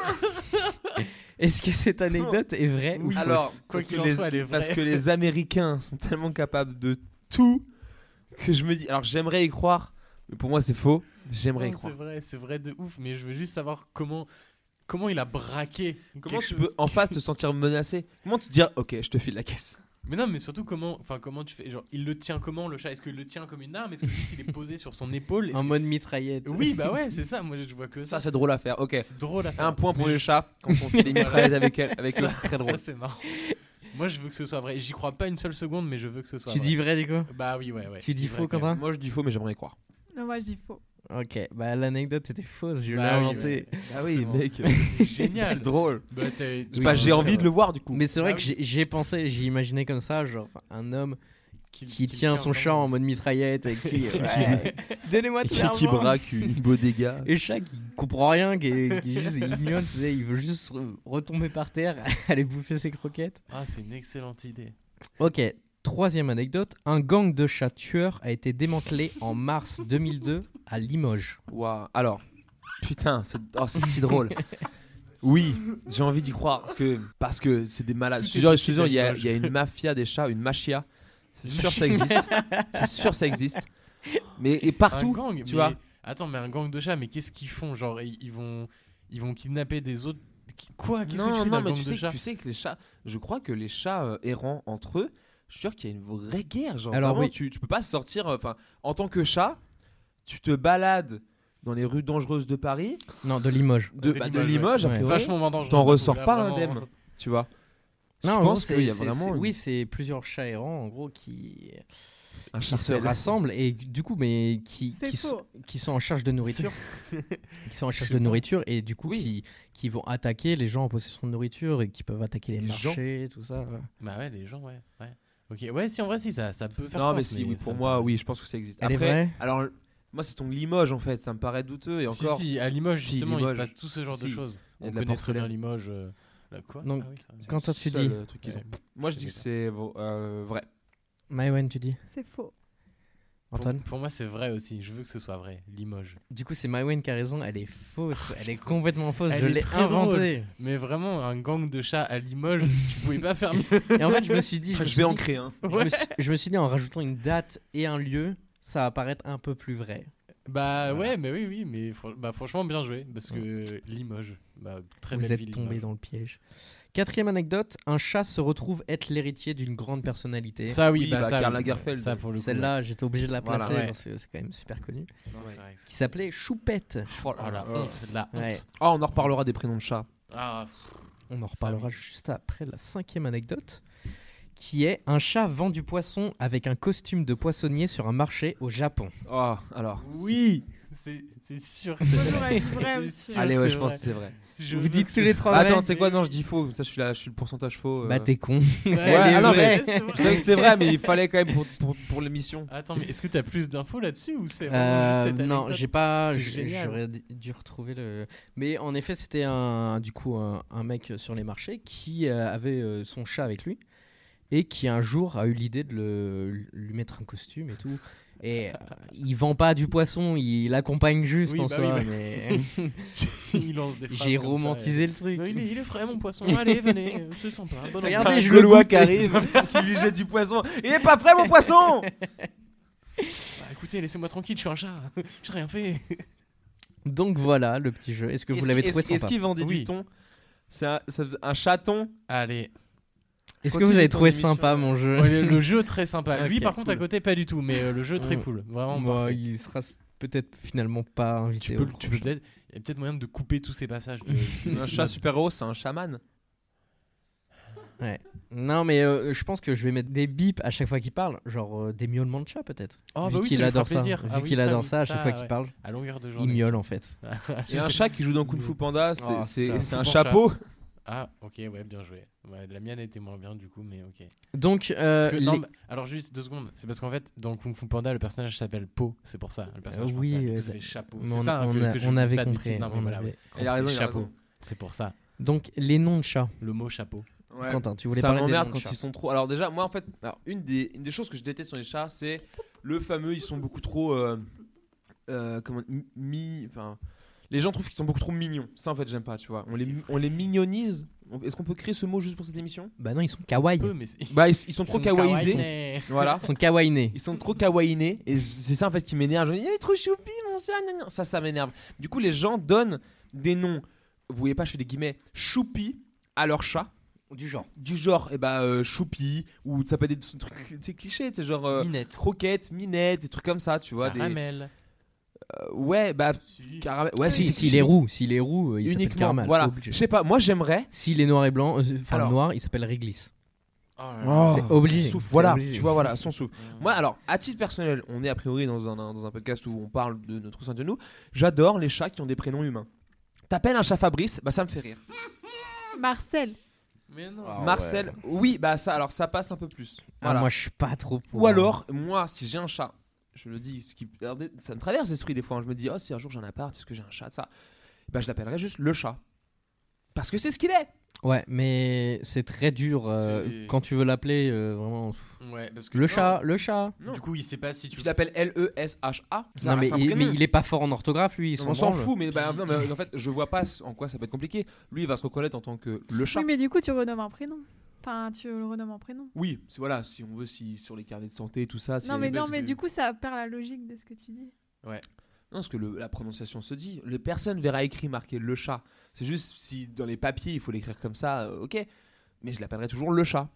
Est-ce que cette anecdote est vraie ou fausse? Alors, Quoi parce qu'il que en les- soit, elle est parce vraie. que les Américains sont tellement capables de tout que je me dis. Alors, j'aimerais y croire, mais pour moi, c'est faux. J'aimerais y Non, croire. c'est vrai de ouf, mais je veux juste savoir comment il a braqué. Comment quelque tu chose. peux en face te sentir menacé? Comment te dire, ok, je te file la caisse? Mais non, mais surtout comment tu fais. Genre, il le tient comment le chat? Est-ce qu'il le tient comme une arme? Est-ce que juste il est posé sur son épaule? Est-ce En que- mode mitraillette. Oui, bah ouais, c'est ça. Moi, je vois que ça. Ça, c'est drôle à faire. Ok. C'est drôle à faire. Un point pour Mais les je- chats quand on fait les mitraillettes avec eux, c'est très drôle. Ça, c'est marrant. Moi, je veux que ce soit vrai. J'y crois pas une seule seconde, mais je veux que ce soit Tu vrai. dis vrai, du coup? Bah oui, ouais. Tu je dis vrai faux, quand même. Quentin? Moi, je dis faux, mais j'aimerais y croire. Non, moi je dis faux. Ok, bah l'anecdote était fausse, je l'ai Bah oui, inventée. ouais. Ah oui, Forcément. mec. C'est génial. C'est drôle. Bah, Je sais pas, j'ai envie de le voir du coup. Mais c'est vrai Bah que oui. j'ai pensé, j'ai imaginé comme ça, genre un homme qui Qui tient son chat en mode mitraillette et qui. Ouais, donnez-moi tout qui l'argent. braque une bodega. Et le chat qui comprend rien, qui juste, il miaule, tu sais, il veut juste retomber par terre, aller bouffer ses croquettes. Ah, c'est une excellente idée. Ok, troisième anecdote, un gang de chats tueurs a été démantelé en mars 2002 à Limoges. Waouh. Alors, putain, c'est si drôle. Oui, j'ai envie d'y croire parce que c'est des malades. Tout Je te est jure, possible il y à a Limoges. une mafia des chats, une machia. C'est sûr ça existe. C'est sûr ça existe. Mais et partout, un gang, tu mais- vois. Attends, mais un gang de chats, mais qu'est-ce qu'ils font? Genre, ils vont kidnapper des autres. Quoi? Qu'est-ce que tu Non, fais non, d'un mais gang de chats? tu sais que les chats, je crois que les chats errants entre eux, je suis sûr qu'il y a une vraie guerre. Genre, Alors, vraiment, oui. tu peux pas sortir. Enfin, en tant que chat, tu te balades dans les rues dangereuses de Paris, Non, de Limoges. de Limoges, ouais. a priori, Vachement moins dangereux. t'en j'avoue, ressors là, pas vraiment. indemne, tu vois. Non, je en gros, pense qu'il y a vraiment oui, c'est plusieurs chats errants en gros qui un se charter. rassemblent et du coup, mais C'est faux. qui sont en charge de nourriture, qui sont en charge de nourriture et du coup qui vont attaquer les gens en possession de nourriture et qui peuvent attaquer les Les gens. marchés, tout ça. Ouais. Bah ouais, les gens, ouais. Ok, ouais, si en vrai, si, ça peut faire Non, sens. mais si, oui, ça pour me moi, paraît- oui, je pense que ça existe. Elle est Après, vraie alors, moi, c'est ton Limoges en fait, ça me paraît douteux et encore. Si, à Limoges, Si, justement, il se Limoges. passe tout ce genre de Si. choses. Il y a On de la connaît très bien porcelaine. Limoges. Quoi? Donc, Ah oui, ça, quand toi tu Seul, dis truc qu'ils Ouais. ont. Moi, je dis que c'est vrai. Maïwen, tu dis C'est faux. Antoine Pour moi, c'est vrai aussi. Je veux que ce soit vrai. Limoges. Du coup, c'est Maïwen qui a raison, elle est fausse. Elle est complètement fausse, Elle je est l'ai très inventée. Mais vraiment, un gang de chats à Limoges, tu pouvais pas faire mieux. Et en fait, je me suis dit. Je vais en créer un. Je me suis dit, en rajoutant une date et un lieu, ça va paraître un peu plus vrai. Bah Voilà. ouais, mais oui, mais franchement, bien joué. Parce que Limoges, très Vous belle êtes ville. tombé Limoges. dans le piège. 4e anecdote, un chat se retrouve être l'héritier d'une grande personnalité. Ça, oui, Oui, bah, ça, Karl oui. Lagerfeld. Ça, pour le coup. Celle-là, j'étais obligé de la placer Voilà. parce que c'est quand même super connu. Non, c'est vrai que Qui s'appelait Choupette. Oh la honte, la honte. Ouais. Oh, on en reparlera des prénoms de chats. Ah, On en reparlera oui. juste après la 5e anecdote, qui est un chat vend du poisson avec un costume de poissonnier sur un marché au Japon. Oh, alors. oui, c'est sûr. Moi, j'aurais dit vrai C'est aussi. sûr. Allez, ouais, c'est je pense vrai. que c'est vrai. Je Vous veux dites que tous les ce- trois Bah, vrai. attends, tu sais quoi? Non, je dis faux. Ça, je suis le pourcentage faux. Bah t'es con. Ouais, Elle est ah non, vraie. mais- Je savais que c'était vrai, mais il fallait quand même pour l'émission. Attends, mais est-ce que t'as plus d'infos là-dessus ou c'est vraiment juste cette Non, anecdote j'ai pas. C'est génial. J'aurais dû retrouver le. Mais en effet, c'était un mec sur les marchés qui avait son chat avec lui et qui un jour a eu l'idée de lui mettre un costume et tout. Et il vend pas du poisson, il l'accompagne juste Oui, en bah soi. oui, mais Il lance des phrases j'ai comme ça, romantisé le truc. Non, il est frais mon poisson. Allez, venez, c'est sympa. Bon Regardez, Un je le Gaulois goûte. qui arrive, qui lui jette du poisson. Il est pas frais, mon poisson! Bah, écoutez, laissez-moi tranquille, je suis un chat. J'ai rien fait. Donc voilà le petit jeu. Est-ce que vous l'avez trouvé Est-ce sympa? qu'il vendait Oui. du thon? C'est un chaton. Allez. Est-ce que Continue vous avez ton trouvé émission, sympa mon jeu? Ouais, le jeu très sympa. Lui, Ok, par contre, à cool. côté, pas du tout. Mais le jeu très cool. Vraiment Moi, parfait. il sera peut-être finalement pas invité. Tu au peux prochain. peut-être. Il y a peut-être moyen de couper tous ces passages. Un chat super-héros, c'est un chaman. Ouais. Non, mais je pense que je vais mettre des bips à chaque fois qu'il parle, genre des miaulements de chat peut-être. Oh, Vu bah oui, qu'il ça lui fera adore ça. plaisir. Vu Ah oui, qu'il ça, adore oui, ça à chaque ça, fois ouais. qu'il parle, À longueur de il journée. miaule en fait. Et un chat qui joue dans Kung Fu Panda, Oh, c'est c'est un un chapeau. Ah, ok, ouais, bien joué. Ouais, la mienne était moins bien du coup, mais ok. Donc, Parce que- non, les- mais- alors juste 2 secondes, c'est parce qu'en fait dans Kung Fu Panda le personnage s'appelle Po, c'est pour ça. Le personnage oui, principal, du coup, ouais, ça fait chapeau. mais C'est on, ça hein, on que a- je on dise avait pas de compris. bêtises. Non, mais on voilà, avait ouais. Il a raison, il a Chapeau. raison. C'est pour ça. Donc, les noms de chats. Le mot chapeau. Ouais. Quentin, tu voulais Ça parler des m'emmerde noms de quand chats. ils sont trop. Alors déjà, moi en fait, une des choses que je déteste sur les chats, c'est le fameux, ils sont beaucoup trop, enfin, les gens trouvent qu'ils sont beaucoup trop mignons. Ça en fait, j'aime pas, tu vois. On les mignonise. Est-ce qu'on peut créer ce mot juste pour cette émission? Bah non, ils sont kawaii. Peu, mais c'est- Bah ils sont trop kawaïsés. kawaii. Voilà. Ils sont kawaiinés. Ils sont trop kawaïnés et c'est ça en fait qui m'énerve. Je me dis, il est trop choupi mon chat. Gna gna. Ça m'énerve. Du coup, les gens donnent des noms, vous voyez pas, je fais des guillemets, choupi à leur chat. Du genre. Du genre, choupi, ou ça peut être des trucs tu sais, clichés, tu sais, genre Minette. croquette, minette, des trucs comme ça, tu vois. Caramel. Ouais, bah, Si. caramel. Ouais, S'il est roux, il s'appelle uniquement. caramel. Voilà. Obligé. Je sais pas, moi j'aimerais. S'il est noir et blanc, enfin Alors. noir, il s'appelle réglisse. Oh là là. C'est obligé. Souffle. C'est Voilà, obligé. tu vois, voilà, son souffle. Ouais. Moi, alors, à titre personnel, on est a priori dans un podcast où on parle de notre sein de nous. J'adore les chats qui ont des prénoms humains. T'appelles un chat Fabrice, bah ça me fait rire. Marcel. Mais non. Ah Marcel, oui, bah ça, alors ça passe un peu plus. Ah, Voilà. moi, je suis pas trop pour. Ou alors, moi, si j'ai un chat, je le dis, alors, ça me traverse l'esprit des fois. Hein, je me dis, oh, si un jour j'ai un appart, est-ce que j'ai un chat, ça, bah je l'appellerai juste le chat. Parce que c'est ce qu'il est. Ouais, mais c'est très dur C'est- quand tu veux l'appeler vraiment. Ouais, parce que Le non. chat, le chat. Non. Du coup, il sait pas si tu Tu l'appelles L-E-S-H-A. ça Non, mais reste un il, prénom. mais il est pas fort en orthographe, lui. Non, on s'en fout, mais, bah, non, mais en fait, je vois pas en quoi ça peut être compliqué. Lui, il va se reconnaître en tant que le chat. Oui, mais du coup, tu renommes un prénom. Enfin, tu le renommes en prénom. Oui, voilà, si on veut, si sur les carnets de santé, tout ça. Non, mais, parce que- du coup, ça perd la logique de ce que tu dis. Non, parce que la prononciation se dit. Les personnes verra écrit marqué le chat. C'est juste si dans les papiers il faut l'écrire comme ça, ok. Mais je l'appellerai toujours le chat.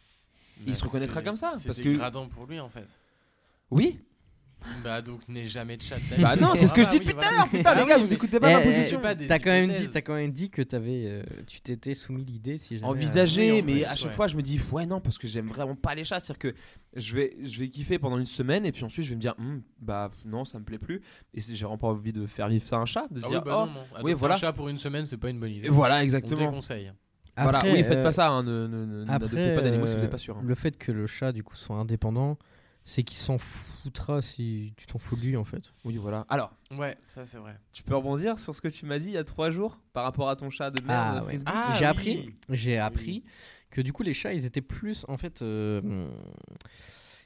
Il se reconnaîtra comme ça, parce C'est que- dégradant pour lui en fait. Oui. Bah donc n'aie jamais de chat. Bah non, c'est ce que je dis Ah depuis bah tout à oui, l'heure. Putain, les gars, vous écoutez pas ma Eh, position. pas des T'as quand même hypothèses. dit que tu t'étais soumis l'idée si jamais. Envisager, oui, en mais plus, à chaque ouais. fois je me dis ouais non parce que j'aime vraiment pas les chats, c'est-à-dire que je vais kiffer pendant une semaine et puis ensuite je vais me dire bah non ça me plaît plus et j'ai vraiment pas envie de faire vivre ça à un chat, de se Ah oui, dire bah oh non, non. oui, Adopter voilà. un chat pour une semaine, c'est pas une bonne idée. et voilà On exactement. déconseille. Voilà, Après, oui faites pas ça, hein, n'adoptez pas d'animaux si vous n'êtes pas sûr. Hein. Le fait que le chat du coup soit indépendant, c'est qu'il s'en foutra si tu t'en fous de lui en fait. Oui voilà. Alors Ouais, ça c'est vrai. tu peux rebondir sur ce que tu m'as dit il y a 3 jours par rapport à ton chat de merde Ah, ouais. Frisbee. Ah, j'ai oui. appris que du coup les chats ils étaient plus en fait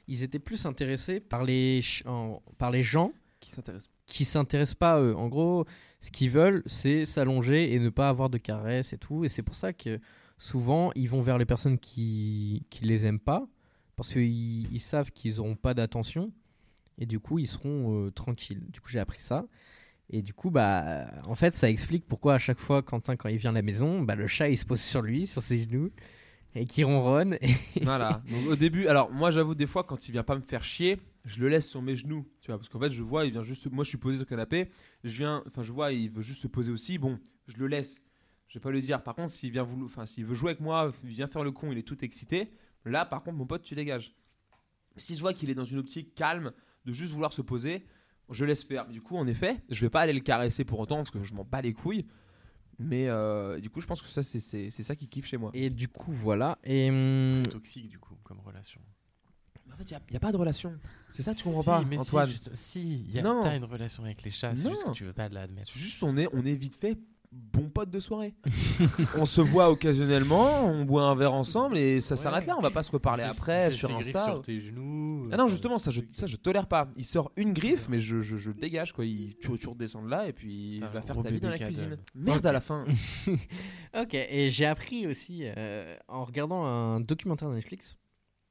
ils étaient plus intéressés par les gens Qui s'intéresse. s'intéressent pas à eux. En gros, ce qu'ils veulent, c'est s'allonger et ne pas avoir de caresses et tout. Et c'est pour ça que souvent, ils vont vers les personnes qui les aiment pas, parce qu'ils savent qu'ils n'auront pas d'attention. Et du coup, ils seront tranquilles. Du coup, j'ai appris ça. Et du coup, en fait, ça explique pourquoi à chaque fois, Quentin, quand il vient à la maison, le chat, il se pose sur lui, sur ses genoux, et qu'il ronronne. Voilà. Donc, au début, alors moi, j'avoue, des fois, quand il vient pas me faire chier, je le laisse sur mes genoux, tu vois, parce qu'en fait, je vois, il vient juste. Moi, je suis posé sur le canapé. Je vois, il veut juste se poser aussi. Bon, je le laisse. Je vais pas lui dire. Par contre, s'il veut jouer avec moi, il vient faire le con, il est tout excité. Là, par contre, mon pote, tu dégages. Si je vois qu'il est dans une optique calme, de juste vouloir se poser, je laisse faire. Du coup, en effet, je vais pas aller le caresser pour autant parce que je m'en bats les couilles. Mais du coup, je pense que ça, c'est ça qui kiffe chez moi. Et du coup, voilà. Et Très toxique du coup comme relation. En fait, il n'y a pas de relation. C'est ça que tu comprends Si, pas, mais Antoine. Non. T'as une relation avec les chats, c'est Non. juste que tu veux pas l'admettre. C'est juste, on est vite fait bons potes de soirée. On se voit occasionnellement, on boit un verre ensemble et ça s'arrête là. On va pas se reparler après sur Insta. Sur tes genoux. Ah non, justement, ça je tolère pas. Il sort une griffe, mais je le dégage quoi. Tu redescends de là et puis il T'as va un faire gros ta vie dans la bébé cuisine. cadavre. Merde à la fin. Ok, et j'ai appris aussi en regardant un documentaire de Netflix.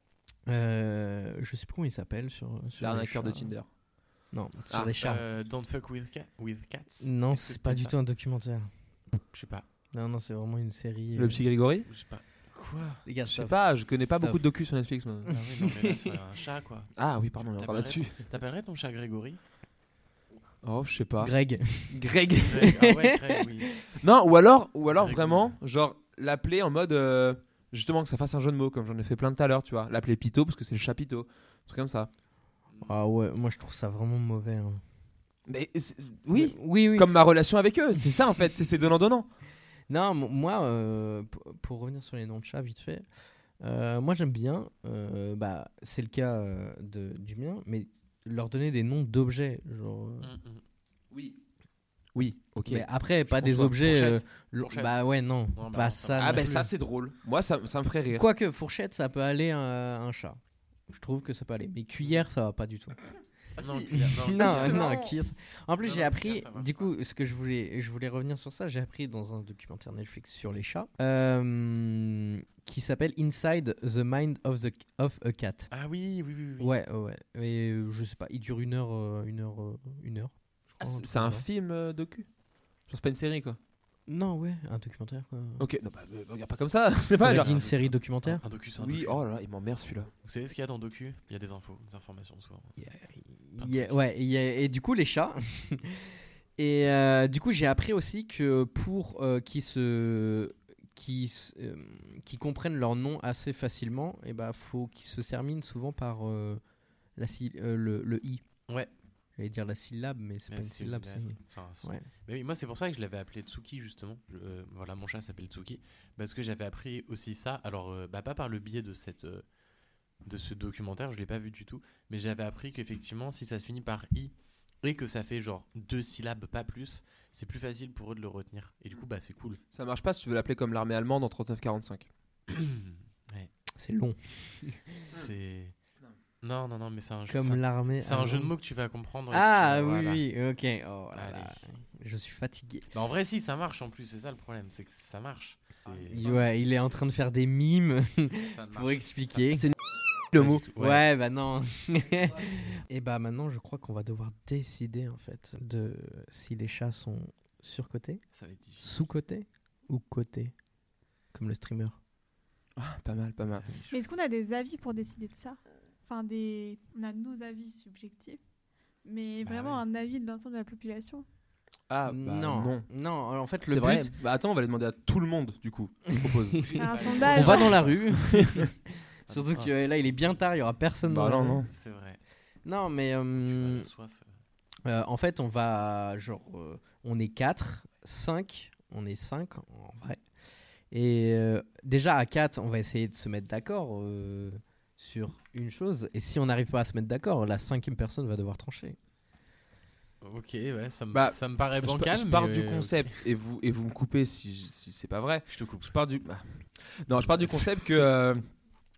Je sais plus comment il s'appelle sur L'arnaqueur les de chats. Tinder. Non, sur les chats. Don't fuck with cats. Non, Est-ce que c'est pas c'était du ça tout un documentaire. Je sais pas. Non, c'est vraiment une série. Le petit Grégory. Je sais pas. Quoi? Les gars, Je sais pas, je connais pas Stop. beaucoup de docus sur Netflix. Moi. Ah oui, non, mais là, c'est un chat quoi. Ah oui, pardon, on est encore là-dessus. T'appellerais ton chat Grégory? Oh, je sais pas. Greg. Greg. Greg. Ah ouais, Greg, oui. Non, ou alors Greg vraiment, genre l'appeler en mode justement que ça fasse un jeu de mots, comme j'en ai fait plein tout à l'heure, tu vois. L'appeler Pito parce que c'est le chat Pito. Un truc comme ça. Ah ouais, moi je trouve ça vraiment mauvais. Hein. Mais oui, Oui. comme ma relation avec eux, c'est ça en fait, c'est donnant-donnant. Non, moi, pour revenir sur les noms de chats vite fait, moi j'aime bien, c'est le cas du mien, mais leur donner des noms d'objets. Genre, Oui, ok. mais après, pas des conçois. objets. Fourchette. Bah ouais, non, Non, bah pas non, ça. Ah non ben plus. ça c'est drôle. Moi ça me ferait rire. Quoique, fourchette, ça peut aller à un chat. Je trouve que ça peut aller. Mais cuillère, ça va pas du tout. Non, Non, cuillère. En plus, Non, j'ai non, appris, cuillère, ça marche du coup, ce que je voulais revenir sur ça, j'ai appris dans un documentaire Netflix sur les chats qui s'appelle Inside the Mind of a Cat. Ah oui. Ouais. Et je sais pas, il dure une heure. Ah, je crois, c'est un truc film docu. Genre c'est pas une série quoi. comme ça. Non, ouais, un documentaire quoi. Ok, non bah regarde pas comme ça, c'est pas T'aurais genre. dit une série documentaire. Un docu, c'est un Oui, docu. oh là là, il m'emmerde celui-là. Vous savez ce qu'il y a dans docu? Il y a des informations souvent. Et du coup, les chats. Et du coup, j'ai appris aussi que pour qu'ils comprennent leur nom assez facilement, et faut qu'ils se terminent souvent par le i. Ouais. J'allais dire la syllabe, mais c'est pas une syllabe. Ouais. Mais oui, moi c'est pour ça que je l'avais appelé Tsuki justement. Voilà, mon chat s'appelle Tsuki parce que j'avais appris aussi ça. Alors pas par le biais de ce documentaire, je l'ai pas vu du tout, mais j'avais appris qu'effectivement si ça se finit par i et que ça fait genre 2 syllabes pas plus, c'est plus facile pour eux de le retenir. Et du coup c'est cool. Ça marche pas si tu veux l'appeler comme l'armée allemande en 39-45. C'est long. C'est non, mais c'est un jeu. Comme l'armée. C'est un jeu de mots que tu vas comprendre. Ah et puis, oui, voilà. oui, ok. Oh là là. Allez. Je suis fatigué. Bah, en vrai, si ça marche en plus, c'est ça le problème, c'est que ça marche. Ouais, il est en train de faire des mimes Ça ne pour marche. expliquer. C'est le mot. Ouais, bah non. Et bah maintenant, je crois qu'on va devoir décider en fait de si les chats sont surcotés, Ça va être difficile. sous-cotés ou cotés, comme le streamer. Pas mal. Mais est-ce qu'on a des avis pour décider de ça? Enfin, on a nos avis subjectifs, mais Bah vraiment ouais. un avis de l'ensemble de la population. Ah non. En fait, le C'est vrai. but, Bah attends, on va les demander à tout le monde du coup. Je propose. Un on sondage. va dans la rue. Surtout que là, il est bien tard, il y aura personne. Bah dans la non, rue. non. C'est vrai. Non, mais Tu vas la soif. en fait, on va on est 4, 5, on est 5 en vrai. Et déjà à 4, on va essayer de se mettre d'accord sur une chose. Et si on n'arrive pas à se mettre d'accord, la 5e personne va devoir trancher. Ok, ouais, ça me Bah, paraît bancal. Je pars mais, du concept et vous me coupez si c'est pas vrai. Je te coupe. Je pars du concept que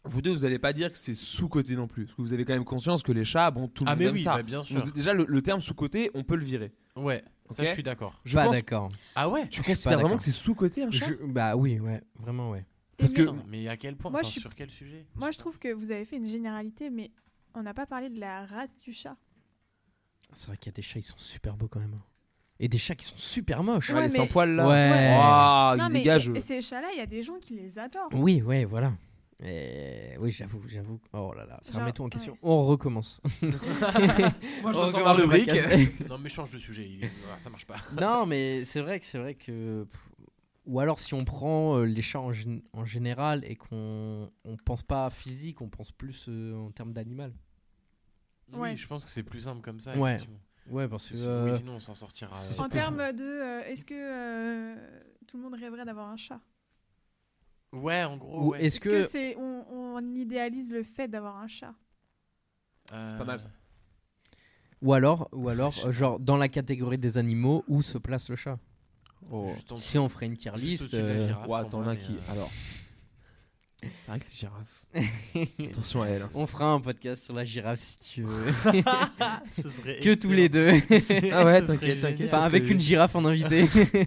vous deux, vous allez pas dire que c'est sous-coté non plus. Parce que vous avez quand même conscience que les chats, bon, tout le Ah, monde mais aime oui, ça. bah, bien sûr. Donc, déjà, le terme sous-coté, on peut le virer. Ouais, ça, Ok. je suis d'accord. Je Pas pense- d'accord. Ah ouais Tu suis pas considères vraiment d'accord. que c'est sous-coté un chat Bah oui, ouais, vraiment, ouais. Parce que- Putain, mais à quel point Moi, enfin, je suis- sur quel sujet Moi, je trouve que vous avez fait une généralité, mais on n'a pas parlé de la race du chat. C'est vrai qu'il y a des chats, ils sont super beaux quand même. Et des chats qui sont super moches. Ouais, les mais- sans poils là. Ouais. Waouh, non, ils mais dégagent. et ces chats-là, il y a des gens qui les adorent. Oui, ouais, voilà. Et oui, j'avoue. Oh là là, ça Genre, remet tout en question. ouais. On recommence. Moi, je On ressens recommence ma le rubrique. podcast. Non, mais change de sujet, ça marche pas. Non, mais c'est vrai que ou alors si on prend les chats en général et qu'on pense pas physique, on pense plus en termes d'animal. Ouais. Oui, je pense que c'est plus simple comme ça. Ouais. effectivement. Ouais, parce que Oui, sinon on s'en sortira. c'est En sûr que- termes de, est-ce que tout le monde rêverait d'avoir un chat? Ouais, en gros. ou ouais. est-ce Est-ce que que c'est, on idéalise le fait d'avoir un chat? C'est pas mal, ça. ou alors genre dans la catégorie des animaux où se place le chat. Oh. Si on ferait une tier Juste list, au-dessus de la girafe. Ouah, pour t'en moi, as mais, qui. Alors. C'est vrai que les girafes. Attention à elle. hein. on fera un podcast sur la girafe si tu veux. Ce serait Que tous les deux. Ah ouais, Ce serait t'inquiète, génial. t'inquiète. Enfin, avec une girafe en invité.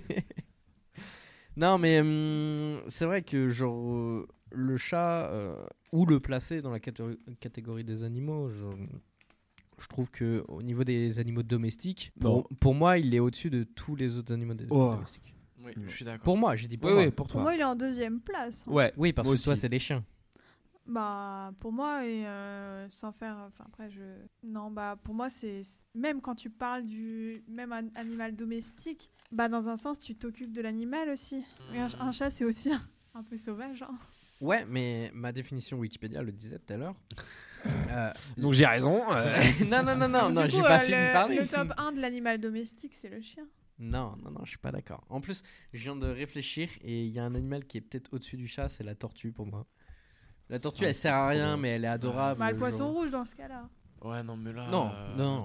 Non, mais c'est vrai que genre le chat ou le placer dans la catégorie des animaux, je trouve que au niveau des animaux domestiques, Non. pour moi, il est au-dessus de tous les autres animaux Oh. domestiques. Oui, je suis d'accord. Pour moi, j'ai dit pour Ouais, moi. ouais, pour Pour toi. moi, il est en deuxième place. hein. Ouais. Oui, parce Moi que toi, aussi. c'est des chiens. Bah, pour moi, et sans faire. Enfin, après, non, bah, pour moi, même quand tu parles du même animal domestique, bah, dans un sens, tu t'occupes de l'animal aussi. Et un chat, c'est aussi un peu sauvage. Hein. Ouais, mais ma définition Wikipédia le disait tout à l'heure. Donc j'ai raison. Non, Du j'ai coup, pas fini de parler. le top 1 de l'animal domestique, c'est le chien. Non, je suis pas d'accord. En plus, je viens de réfléchir et il y a un animal qui est peut-être au-dessus du chat, c'est la tortue pour moi. La tortue, Ça, elle sert à c'est trop rien, bien. mais elle est adorable. Bah, le genre. poisson rouge dans ce cas-là. Ouais, non, mais là. Non.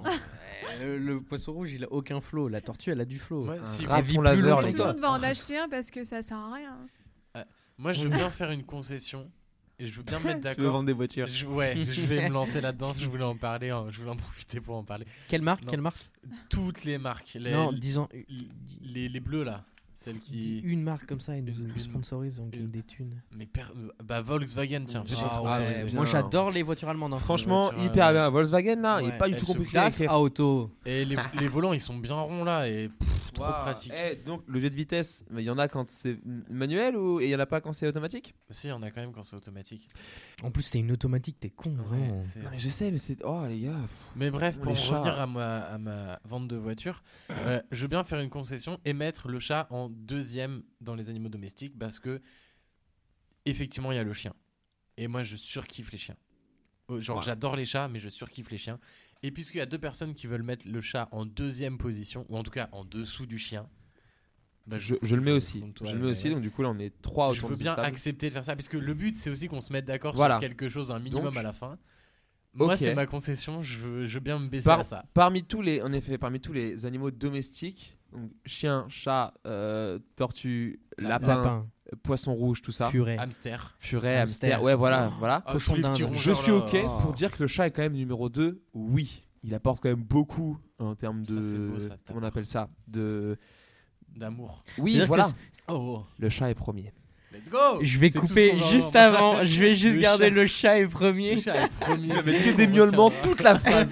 Le poisson rouge, il a aucun flow. La tortue, elle a du flow. Ouais, si Un vous- raton vit plus laveur, longtemps les Tout le gars. monde va en acheter un parce que ça sert à rien. Moi, je veux bien faire une concession et je veux bien me mettre Tu veux d'accord. vendre des voitures. Ouais, je vais me lancer là-dedans. Je voulais en parler. Je voulais en profiter pour en parler. Quelle marque Non. Quelle marque Toutes les marques. Non, disons Les bleus là. Celles dis qui. une marque comme ça et nous Une- sponsorise, on gagne une- des thunes. Mais bah Volkswagen, tiens. fais-toi Ah sponsoriser. ouais, c'est moi bien. j'adore les voitures allemandes. hein. Franchement, voiture, hyper ouais. bien. Volkswagen là, il est Ouais, pas du elle tout se compliqué à Das écrire. Auto. Et les volants, ils sont bien ronds là et trop Waouh. pratique. Donc le levier de vitesse, il y en a quand c'est manuel ou et il y en a pas quand c'est automatique? Si, il y en a quand même quand c'est automatique. En plus, t'es une automatique, t'es con, vraiment. c'est- Non mais je sais, mais c'est oh les gars. Mais bref, Les pour en chats. revenir à ma vente de voiture, je veux bien faire une concession et mettre le chat en deuxième dans les animaux domestiques parce que effectivement il y a le chien. Et moi je surkiffe les chiens. Genre Ouais. j'adore les chats mais je surkiffe les chiens. Et puisqu'il y a deux personnes qui veulent mettre le chat en deuxième position, ou en tout cas en dessous du chien, bah, Je le mets aussi. compte toi, Je le mets aussi, donc du coup là on est 3 je autour veux de bien cette table. accepter de faire ça parce que le but c'est aussi qu'on se mette d'accord Voilà. sur quelque chose, un minimum Donc, à la fin. Moi ok. c'est ma concession, je veux bien me baisser Par- à ça. Parmi tous les animaux domestiques, donc chien, chat, tortue, lapin, poisson rouge, tout ça, Furet. Hamster. furet, Hamster. hamster, ouais voilà, voilà. Ah, Cochon tous les d'Inde. petits Je rongeurs, suis là. ok Oh. pour dire que le chat est quand même numéro 2. Oui, il apporte quand même beaucoup en termes Ça, c'est de beau, ça, comment on appelle ça, de D'amour. oui C'est-à-dire voilà. que Oh, Le chat est premier. let's go. Je vais C'est tout couper ce qu'on va juste avoir. avant. Je vais juste Le garder chat. le chat est premier. Le chat est premier. Mais c'est que tout des qu'on miaulements retiendra. toute la phrase.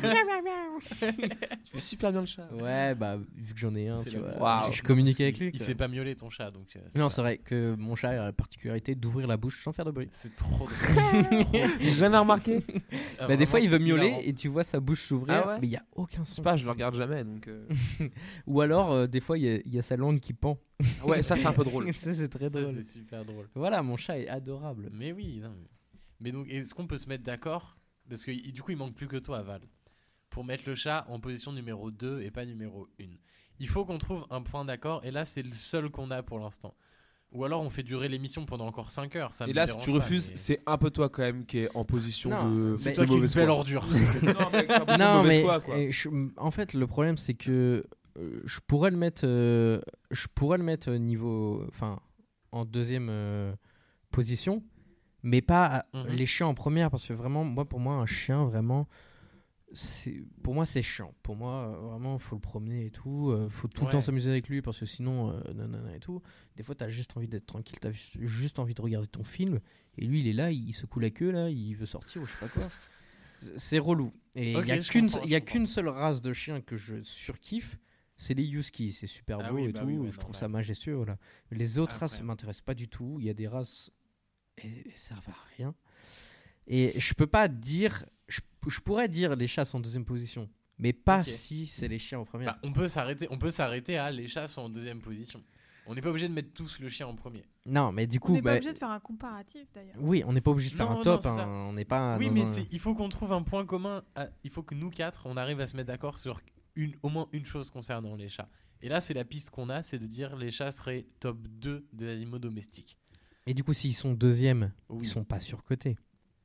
Tu fais super bien le chat. Ouais, bah vu que j'en ai un, C'est tu le vois. mieux. Waouh. Je communique avec lui. Il quoi. sait pas miauler ton chat donc. Non, c'est vrai que mon chat a la particularité d'ouvrir la bouche sans faire de bruit. C'est trop drôle. J'ai jamais remarqué. Ah, Bah, des fois, il veut vraiment, c'est miauler hilarant. et tu vois sa bouche s'ouvrir, Ah ouais mais il y a aucun Je sais son. pas, je le regarde jamais donc. Ou alors, des fois, il y a sa langue qui pend. Ouais, ça c'est un peu drôle. Ça, c'est très Ça, drôle. c'est super drôle. Voilà, mon chat est adorable. Mais oui, non, mais donc est-ce qu'on peut se mettre d'accord parce que du coup il manque plus que toi Val pour mettre le chat en position numéro 2 et pas numéro 1. Il faut qu'on trouve un point d'accord et là c'est le seul qu'on a pour l'instant. Ou alors on fait durer l'émission pendant encore 5 heures. Ça Et me là, si dérange tu pas, refuses, mais- c'est un peu toi quand même qui est en position Non, de. c'est de toi qui es une mauvaise belle foi. ordure. Non, mais en position de Non, mauvaise mais foi, quoi. en fait, le problème, c'est que je pourrais le mettre niveau, enfin, en deuxième position, Mais pas Mhm. les chiens en première, parce que vraiment, pour moi, un chien, vraiment, pour moi, c'est chiant. Pour moi, vraiment, faut le promener et tout. Faut tout le temps Ouais. s'amuser avec lui, parce que sinon, nanana et tout. Des fois, t'as juste envie d'être tranquille, t'as juste envie de regarder ton film. Et lui, il est là, il secoue la queue, là, il veut sortir ou je sais pas quoi. C'est relou. Et il Ok, n'y a je comprends, je qu'une comprends. seule race de chien que je surkiffe, c'est les Husky. C'est super Ah beau oui, et bah tout. oui, ouais, je trouve normal. ça majestueux. Voilà. Les autres races ne Incroyable. m'intéressent pas du tout. Il y a des races et servent à rien. Et je peux pas dire. Je pourrais dire les chats sont en deuxième position, mais pas Ok. si c'est les chiens en première. Bah, on peut s'arrêter à les chats sont en deuxième position. On n'est pas obligé de mettre tous le chien en premier. Non, mais du On coup. n'est pas bah, obligé de faire un comparatif d'ailleurs. Oui, on n'est pas obligé de faire Non, un non, top. c'est ça. On n'est pas. Oui, dans mais un- il faut qu'on trouve un point commun. Il faut que nous quatre, on arrive à se mettre d'accord sur au moins une chose concernant les chats. Et là, c'est la piste qu'on a, c'est de dire les chats seraient top 2 des animaux domestiques. Et du coup, s'ils sont deuxième, Oui. ils sont pas surcotés.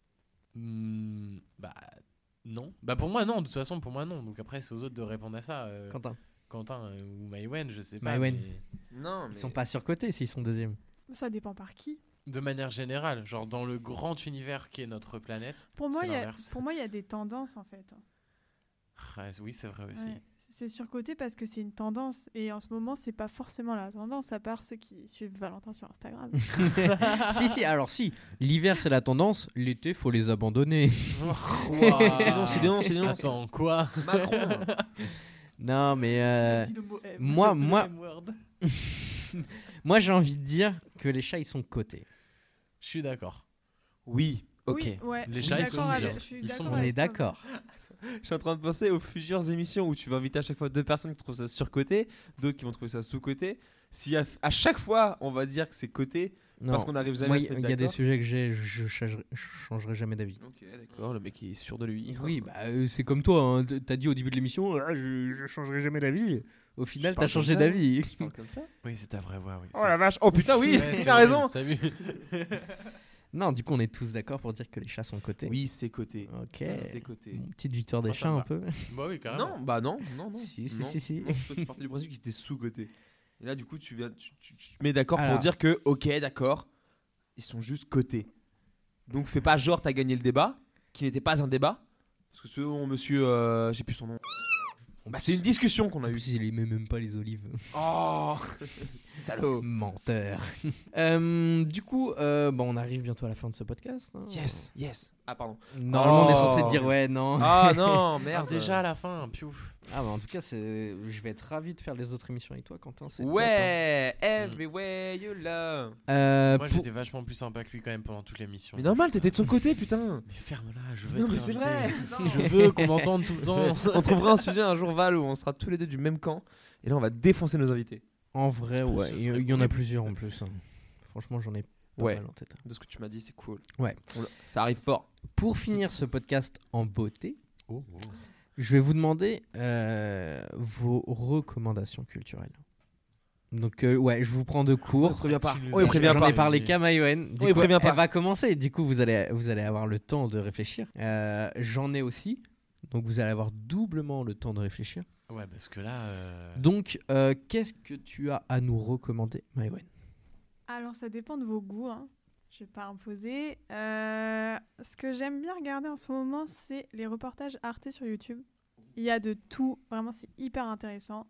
Bah non. Bah pour moi non, de toute façon pour moi non. Donc après c'est aux autres de répondre à ça. Quentin, Quentin ou Maïwen, je sais pas. Maïwenn. mais Non, ils sont pas surcotés s'ils sont deuxième. Ça dépend par qui. de manière générale, genre dans le grand univers qu'est notre planète. Pour moi, c'est il y a, l'inverse. pour moi, il y a des tendances en fait. Oui, c'est vrai aussi. Ouais. C'est surcoté parce que c'est une tendance et en ce moment, c'est pas forcément la tendance à part ceux qui suivent Valentin sur Instagram. Si, alors si. L'hiver, c'est la tendance. L'été, faut les abandonner. c'est dénonce. Attends, quoi? Macron. Non, mais moi, j'ai envie de dire que les chats, ils sont cotés. Je suis d'accord. Oui, ok. Oui, ouais, Les je suis chats, ils d'accord sont avec- bien. je suis Ils sont d'accord On avec est toi. d'accord. Je suis en train de penser aux futures émissions où tu vas inviter à chaque fois deux personnes qui trouvent ça surcoté, d'autres qui vont trouver ça sous-coté. Si à chaque fois on va dire que c'est coté, Non. parce qu'on n'arrive jamais Moi, à se il mettre y a des d'accord. sujets que je changerai jamais d'avis. Ok, d'accord, le mec est sûr de lui. Oui, bah, c'est comme toi. Hein. T'as dit au début de l'émission, ah, je changerai jamais d'avis. Au final, Je t'as parle changé comme ça. d'avis. Je parle comme ça. Oui, c'est ta vraie voix. Oui, Oh la vache, oh putain, oui, Ouais, c'est tu as horrible, raison. T'as vu? Non, du coup, on est tous d'accord pour dire que les chats sont cotés. Oui, c'est coté. Ok. C'est coté. Bon, petite victoire des Moi, ça chats me un va. peu. Bah oui, carrément. Non, bah non. Si, Non. si. Non, toi, tu partais du principe qu'ils étaient sous-cotés. Et là, du coup, tu te mets d'accord Alors. pour dire que, ok, d'accord, ils sont juste cotés. Donc, fais pas genre, t'as gagné le débat, qui n'était pas un débat. Parce que selon monsieur, j'ai plus son nom. Bah, c'est une discussion qu'on En a eue. plus, il aimait même pas les olives. Oh, salaud. Menteur. Du coup, on arrive bientôt à la fin de ce podcast. hein. Yes. Ah, pardon. Normalement, on est censé Oh. dire ouais, non. Ah non, Merde, merde. déjà à la fin, piouf. Ah, bah, en tout cas, je vais être ravi de faire les autres émissions avec toi, Quentin. C'est top, Ouais, everywhere you love. hein. Moi Pour- j'étais vachement plus sympa que lui quand même pendant toute l'émission. Mais normal, t'étais de son côté, putain. Mais ferme-la, je veux Non, être mais c'est invité. vrai. Je veux qu'on m'entende tout le temps. On trouvera un sujet un jour, Val, où on sera tous les deux du même camp. Et là, on va défoncer nos invités. En vrai, ouais, Ce il serait y en a horrible. plusieurs en plus. hein. Franchement, j'en ai pas Ouais. mal en tête. De ce que tu m'as dit, c'est cool. Ouais. Ça arrive fort. Pour finir ce podcast en beauté, Oh, je vais vous demander vos recommandations culturelles. Donc, je vous prends de court. Préviens pas. Tu nous Oh, il as- prévient J'en pas. ai parlé qu'à Maïwen. Du Oui, coup, préviens elle pas. va commencer. Du coup, vous allez avoir le temps de réfléchir. J'en ai aussi. Donc, vous allez avoir doublement le temps de réfléchir. Ouais, parce que là. Donc, qu'est-ce que tu as à nous recommander, Maïwen? Alors, ça dépend de vos goûts. Hein. Je vais pas imposer. Ce que j'aime bien regarder en ce moment, c'est les reportages Arte sur YouTube. Il y a de tout. Vraiment, c'est hyper intéressant.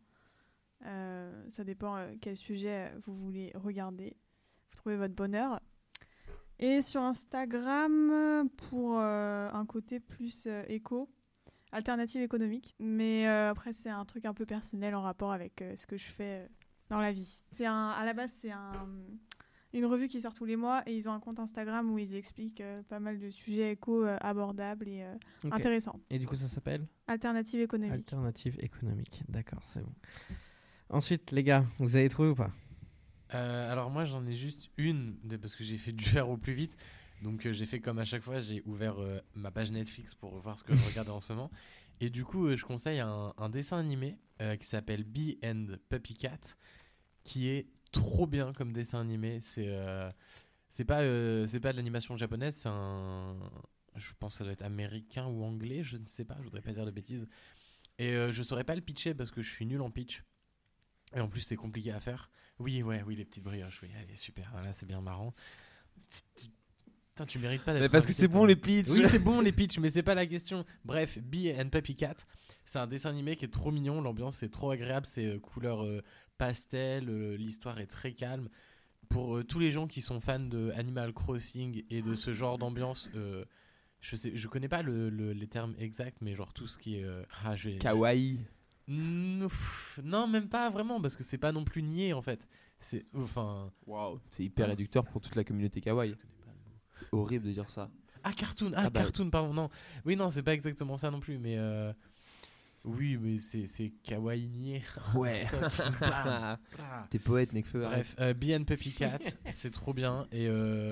Ça dépend quel sujet vous voulez regarder. Vous trouvez votre bonheur. Et sur Instagram, pour un côté plus éco, alternative économique. Mais après, c'est un truc un peu personnel en rapport avec ce que je fais dans la vie. À la base, c'est une revue qui sort tous les mois et ils ont un compte Instagram où ils expliquent pas mal de sujets éco abordables et Ok. intéressants. Et du coup, ça s'appelle Alternative économique. Alternative économique. D'accord, c'est bon. Ensuite, les gars, vous avez trouvé ou pas? Alors moi j'en ai juste une parce que j'ai fait du faire au plus vite. Donc j'ai fait comme à chaque fois, j'ai ouvert ma page Netflix pour voir ce que je regardais en ce moment. Et du coup je conseille un dessin animé qui s'appelle Bee and Puppy Cat, qui est trop bien comme dessin animé. C'est pas de l'animation japonaise, je pense que ça doit être américain ou anglais, je ne sais pas, je voudrais pas dire de bêtises. Et je saurais pas le pitcher parce que je suis nul en pitch. Et en plus c'est compliqué à faire. Oui, les petites brioches, oui, allez, super, là c'est bien marrant. Putain, tu mérites pas d'être. Mais parce que invité, c'est toi. bon les pitchs. Oui, c'est bon les pitchs, mais c'est pas la question. Bref, Bee and Puppy Cat, c'est un dessin animé qui est trop mignon. L'ambiance est trop agréable, c'est couleur pastel. L'histoire est très calme. Pour tous les gens qui sont fans de Animal Crossing et de ce genre d'ambiance, je connais pas les termes exacts, mais genre tout ce qui est Kawaii. Non, même pas vraiment, parce que c'est pas non plus nié en fait. C'est C'est hyper réducteur pour toute la communauté kawaii. C'est horrible de dire ça. cartoon. Ah bah. Cartoon, pardon. Non, oui, non, c'est pas exactement ça non plus, mais oui, mais c'est kawaii nié. Ouais. Bam. T'es poète, Nekfeu. Bref, Bee and Puppy Cat, c'est trop bien et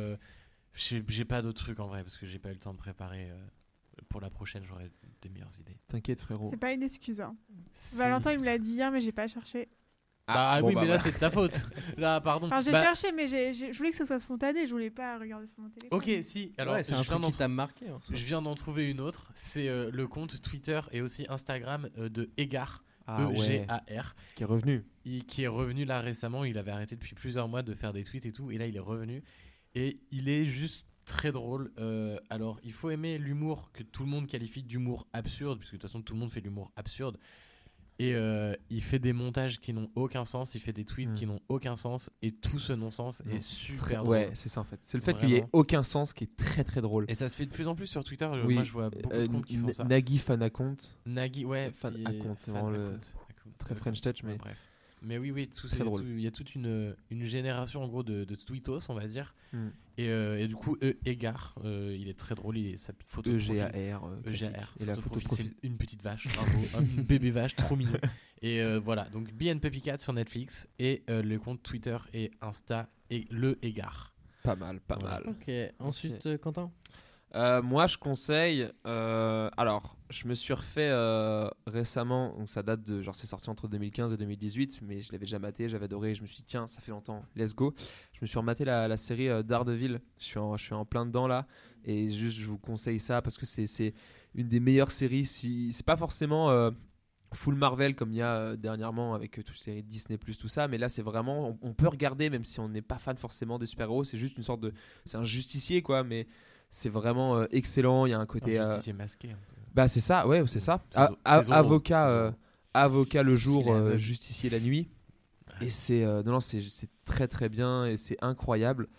j'ai pas d'autres trucs en vrai parce que j'ai pas eu le temps de préparer. Pour la prochaine, j'aurai des meilleures idées. T'inquiète, frérot. C'est pas une excuse. Hein. Si. Valentin, il me l'a dit hier, mais j'ai pas cherché. Oui, mais là c'est de ta faute. Là, pardon. Enfin, j'ai cherché, mais je voulais que ça soit spontané. Je voulais pas regarder sur mon téléphone. Ok, si. Alors, Ouais, c'est un truc qui t'a marqué. En fait. je viens d'en trouver une autre. C'est le compte Twitter et aussi Instagram de Egar. Ouais. E-G-A-R. Qui est revenu. Qui est revenu là récemment. Il avait arrêté depuis plusieurs mois de faire des tweets et tout. Et là, il est revenu. Et il est juste très drôle. Alors, il faut aimer l'humour que tout le monde qualifie d'humour absurde, puisque de toute façon, tout le monde fait de l'humour absurde. Et il fait des montages qui n'ont aucun sens, il fait des tweets qui n'ont aucun sens, et tout ce non-sens est super drôle. Ouais, c'est ça en fait. C'est le fait qu'il y ait Vraiment. aucun sens qui est très très drôle. Et ça se fait de plus en plus sur Twitter. Oui. Moi, je vois beaucoup de comptes qui font ça. Nagui Fanacont. Nagui, ouais. Fan il- account, c'est fan vraiment le account. très French touch, mais Bref. Mais oui, Très drôle. il y a toute une génération en gros de tweetos, on va dire. Mm. Et du coup, Egar, il est très drôle. Sa photo de profil- EGAR. EGAR. Et la Photo de photo de profil, profil. c'est une petite vache, un bébé vache, trop mignon. Et voilà, donc Bee and Puppy Cat sur Netflix et le compte Twitter et Insta et le Egar. Pas mal, pas Voilà. mal. Ok, ensuite, Quentin. Moi, je conseille. Alors, je me suis refait récemment. Donc, ça date de. Genre, c'est sorti entre 2015 et 2018, mais je l'avais déjà maté, j'avais adoré. Je me suis dit, tiens, ça fait longtemps, let's go. Je me suis rematé la série Daredevil. Je suis en plein dedans là. Et juste, je vous conseille ça parce que c'est une des meilleures séries. C'est pas forcément. Full Marvel comme il y a dernièrement avec toutes les séries Disney+, tout ça, mais là c'est vraiment, on peut regarder même si on n'est pas fan forcément des super-héros, c'est juste une sorte de, c'est un justicier quoi, mais c'est vraiment excellent, il y a un côté Un justicier masqué. Un peu. bah c'est ça, ouais c'est ça. C'est Zorro. Avocat avocat le Justicier jour, la nuit. justicier la nuit. Et c'est non c'est très très bien et c'est incroyable.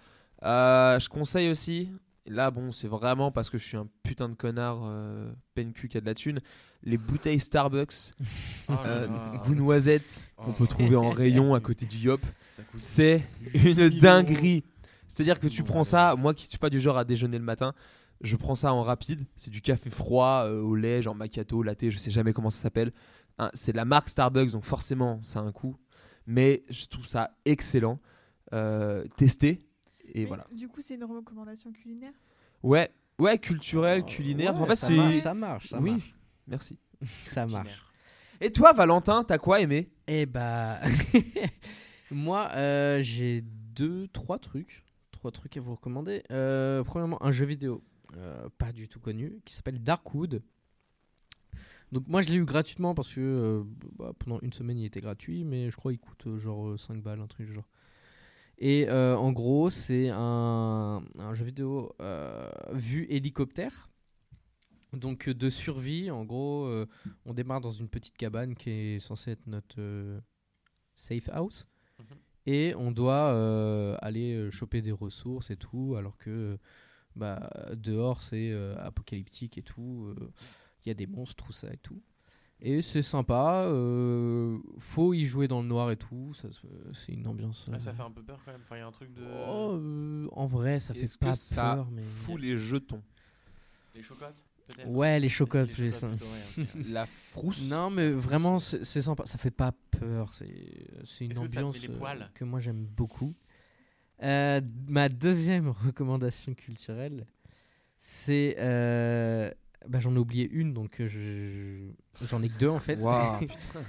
Je conseille aussi, là bon c'est vraiment parce que je suis un putain de connard PNQ qui a de la thune, les bouteilles Starbucks Oh là là. goût noisette qu'on peut trouver en rayon à côté du Yop. Ça coûte C'est 8 une 000 dinguerie. C'est-à-dire que tu Non, prends mais- ça, moi qui suis pas du genre à déjeuner le matin, je prends ça en rapide. C'est du café froid au lait, genre macchiato, latte, je sais jamais comment ça s'appelle. C'est de la marque Starbucks, donc forcément ça a un coût. Mais je trouve ça excellent. Testez. Et Mais voilà. Du coup, c'est une recommandation culinaire. Ouais, culturel, culinaire. Ouais, en fait, ça c'est. marche, ça marche. Ça Oui, marche. merci. Ça marche. Et toi, Valentin, t'as quoi aimé? Eh bah, moi, j'ai trois trucs à vous recommander. Premièrement, un jeu vidéo pas du tout connu qui s'appelle Darkwood. Donc moi, je l'ai eu gratuitement parce que pendant une semaine, il était gratuit, mais je crois qu'il coûte genre 5 balles, un truc du genre. Et en gros, c'est un jeu vidéo vue hélicoptère. Donc de survie, en gros, on démarre dans une petite cabane qui est censée être notre safe house. Et on doit aller choper des ressources et tout, alors que dehors c'est apocalyptique et tout. Il y a des monstres, tout ça et tout. Et c'est sympa. Faut y jouer dans le noir et tout. C'est une ambiance. Ça fait un peu peur quand même. Enfin, il y a un truc de. En vrai, ça fait Est-ce pas que ça peur. Mais... fout les jetons? Les chocottes peut-être. Ouais, les chocottes, Les plus. chocottes plutôt, ouais, ok. La frousse? Non, mais vraiment, c'est sympa. Ça fait pas peur. C'est une Est-ce que ça te ambiance met les poils que moi j'aime beaucoup. Ma deuxième recommandation culturelle, c'est. J'en ai oublié une, donc j'en ai que deux en fait. Waouh, putain.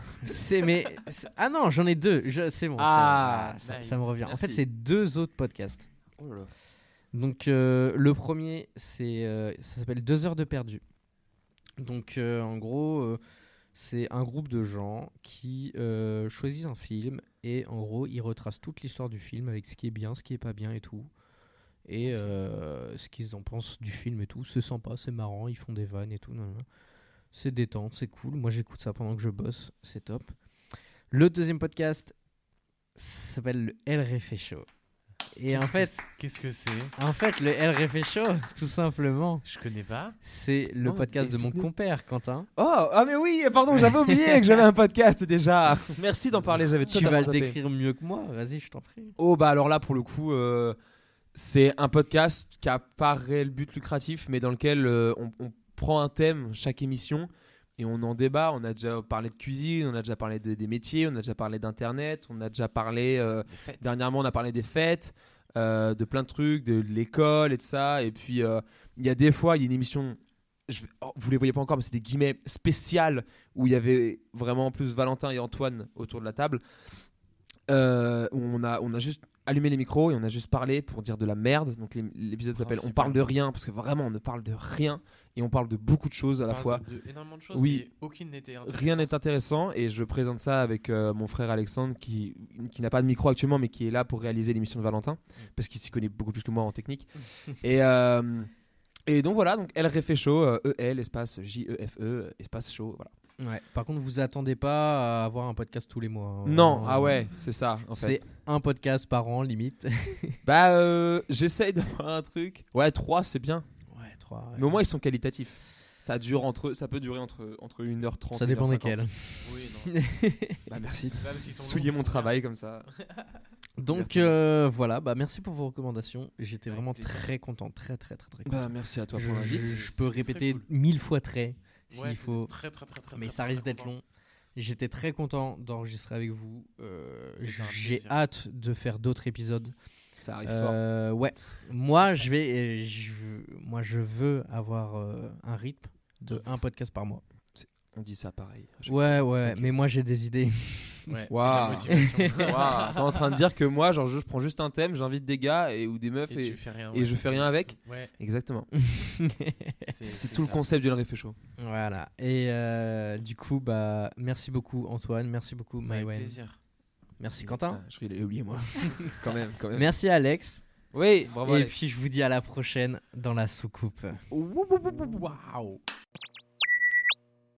Ah non, j'en ai deux. C'est bon. Ah, ça me revient. En merci. fait, c'est deux autres podcasts. Oh là là. Donc le premier, ça s'appelle 2 heures de perdu. Donc en gros, c'est un groupe de gens qui choisissent un film et en gros, ils retracent toute l'histoire du film avec ce qui est bien, ce qui est pas bien et tout. et ce qu'ils en pensent du film et tout. C'est sympa, c'est marrant, ils font des vannes et tout. C'est détente, c'est cool. Moi, j'écoute ça pendant que je bosse, c'est top. Le deuxième podcast s'appelle le El Refait Show. Et Qu'est-ce que c'est? en fait, le El Refait Show, tout simplement, Je connais pas. c'est le podcast de mon explique-nous. compère, Quentin. Oh, ah mais oui, pardon, j'avais oublié que j'avais un podcast déjà. Merci d'en parler, j'avais Tu totalement vas le zappé. décrire mieux que moi, vas-y, je t'en prie. Oh bah alors là pour le coup c'est un podcast qui a pas réel but lucratif mais dans lequel on prend un thème chaque émission et on en débat. On a déjà parlé de cuisine, on a déjà parlé des métiers, on a déjà parlé d'internet, on a déjà parlé dernièrement on a parlé des fêtes, de plein de trucs, de l'école et de ça. Et puis il y a des fois il y a une émission vous les voyez pas encore mais c'est des guillemets spéciales où il y avait vraiment en plus Valentin et Antoine autour de la table. Où on a juste allumé les micros et on a juste parlé pour dire de la merde. Donc l'épisode s'appelle On parle de rien parce que vraiment on ne parle de rien et on parle de beaucoup de choses à la fois. De énormément de choses, Oui. mais aucune n'était intéressante. Rien n'est intéressant et je présente ça avec mon frère Alexandre qui n'a pas de micro actuellement mais qui est là pour réaliser l'émission de Valentin parce qu'il s'y connaît beaucoup plus que moi en technique. Et donc voilà, donc El Refait Show, EL espace JEFE espace show, voilà. Ouais. Par contre, vous attendez pas à avoir un podcast tous les mois. Non, ah ouais, c'est ça en fait. C'est un podcast par an, limite. Bah j'essaye d'avoir un truc. Ouais, 3 c'est bien. Ouais, 3. Mais au moins ils sont qualitatifs. Ça peut durer entre 1h30 Ça et dépend 1h50. desquels. Oui, non. Bah merci de C'est pas parce qu'ils sont souiller longs mon qu'ils sont travail comme ça. Donc voilà, bah merci pour vos recommandations. J'étais Avec vraiment plaisir. très content, très content. Bah merci à toi je, pour l'invite. je peux C'est répéter très cool. 1000 fois très s'il Ouais, faut, très, mais très, ça très risque d'être content. long. J'étais très content d'enregistrer avec vous. C'était un J'ai plaisir. hâte de faire d'autres épisodes. Ça arrive fort. Ouais, moi je veux avoir un rythme de un podcast par mois. On dit ça pareil. à chaque Ouais, T'inquiète. mais moi j'ai des idées. Ouais. Waouh. La motivation. Waouh, t'es en train de dire que moi, genre, je prends juste un thème, j'invite des gars ou des meufs Et tu fais rien. et je fais rien avec. Ouais. Exactement. C'est C'est tout le ça. concept du El Refait Show. Voilà. Et du coup, bah merci beaucoup Antoine, merci beaucoup Avec Maïwen, plaisir. merci Quentin, Ah, je l'ai oublié moi. quand même. merci Alex. Oui, bravo. Et Alex. puis je vous dis à la prochaine dans la soucoupe. Waouh.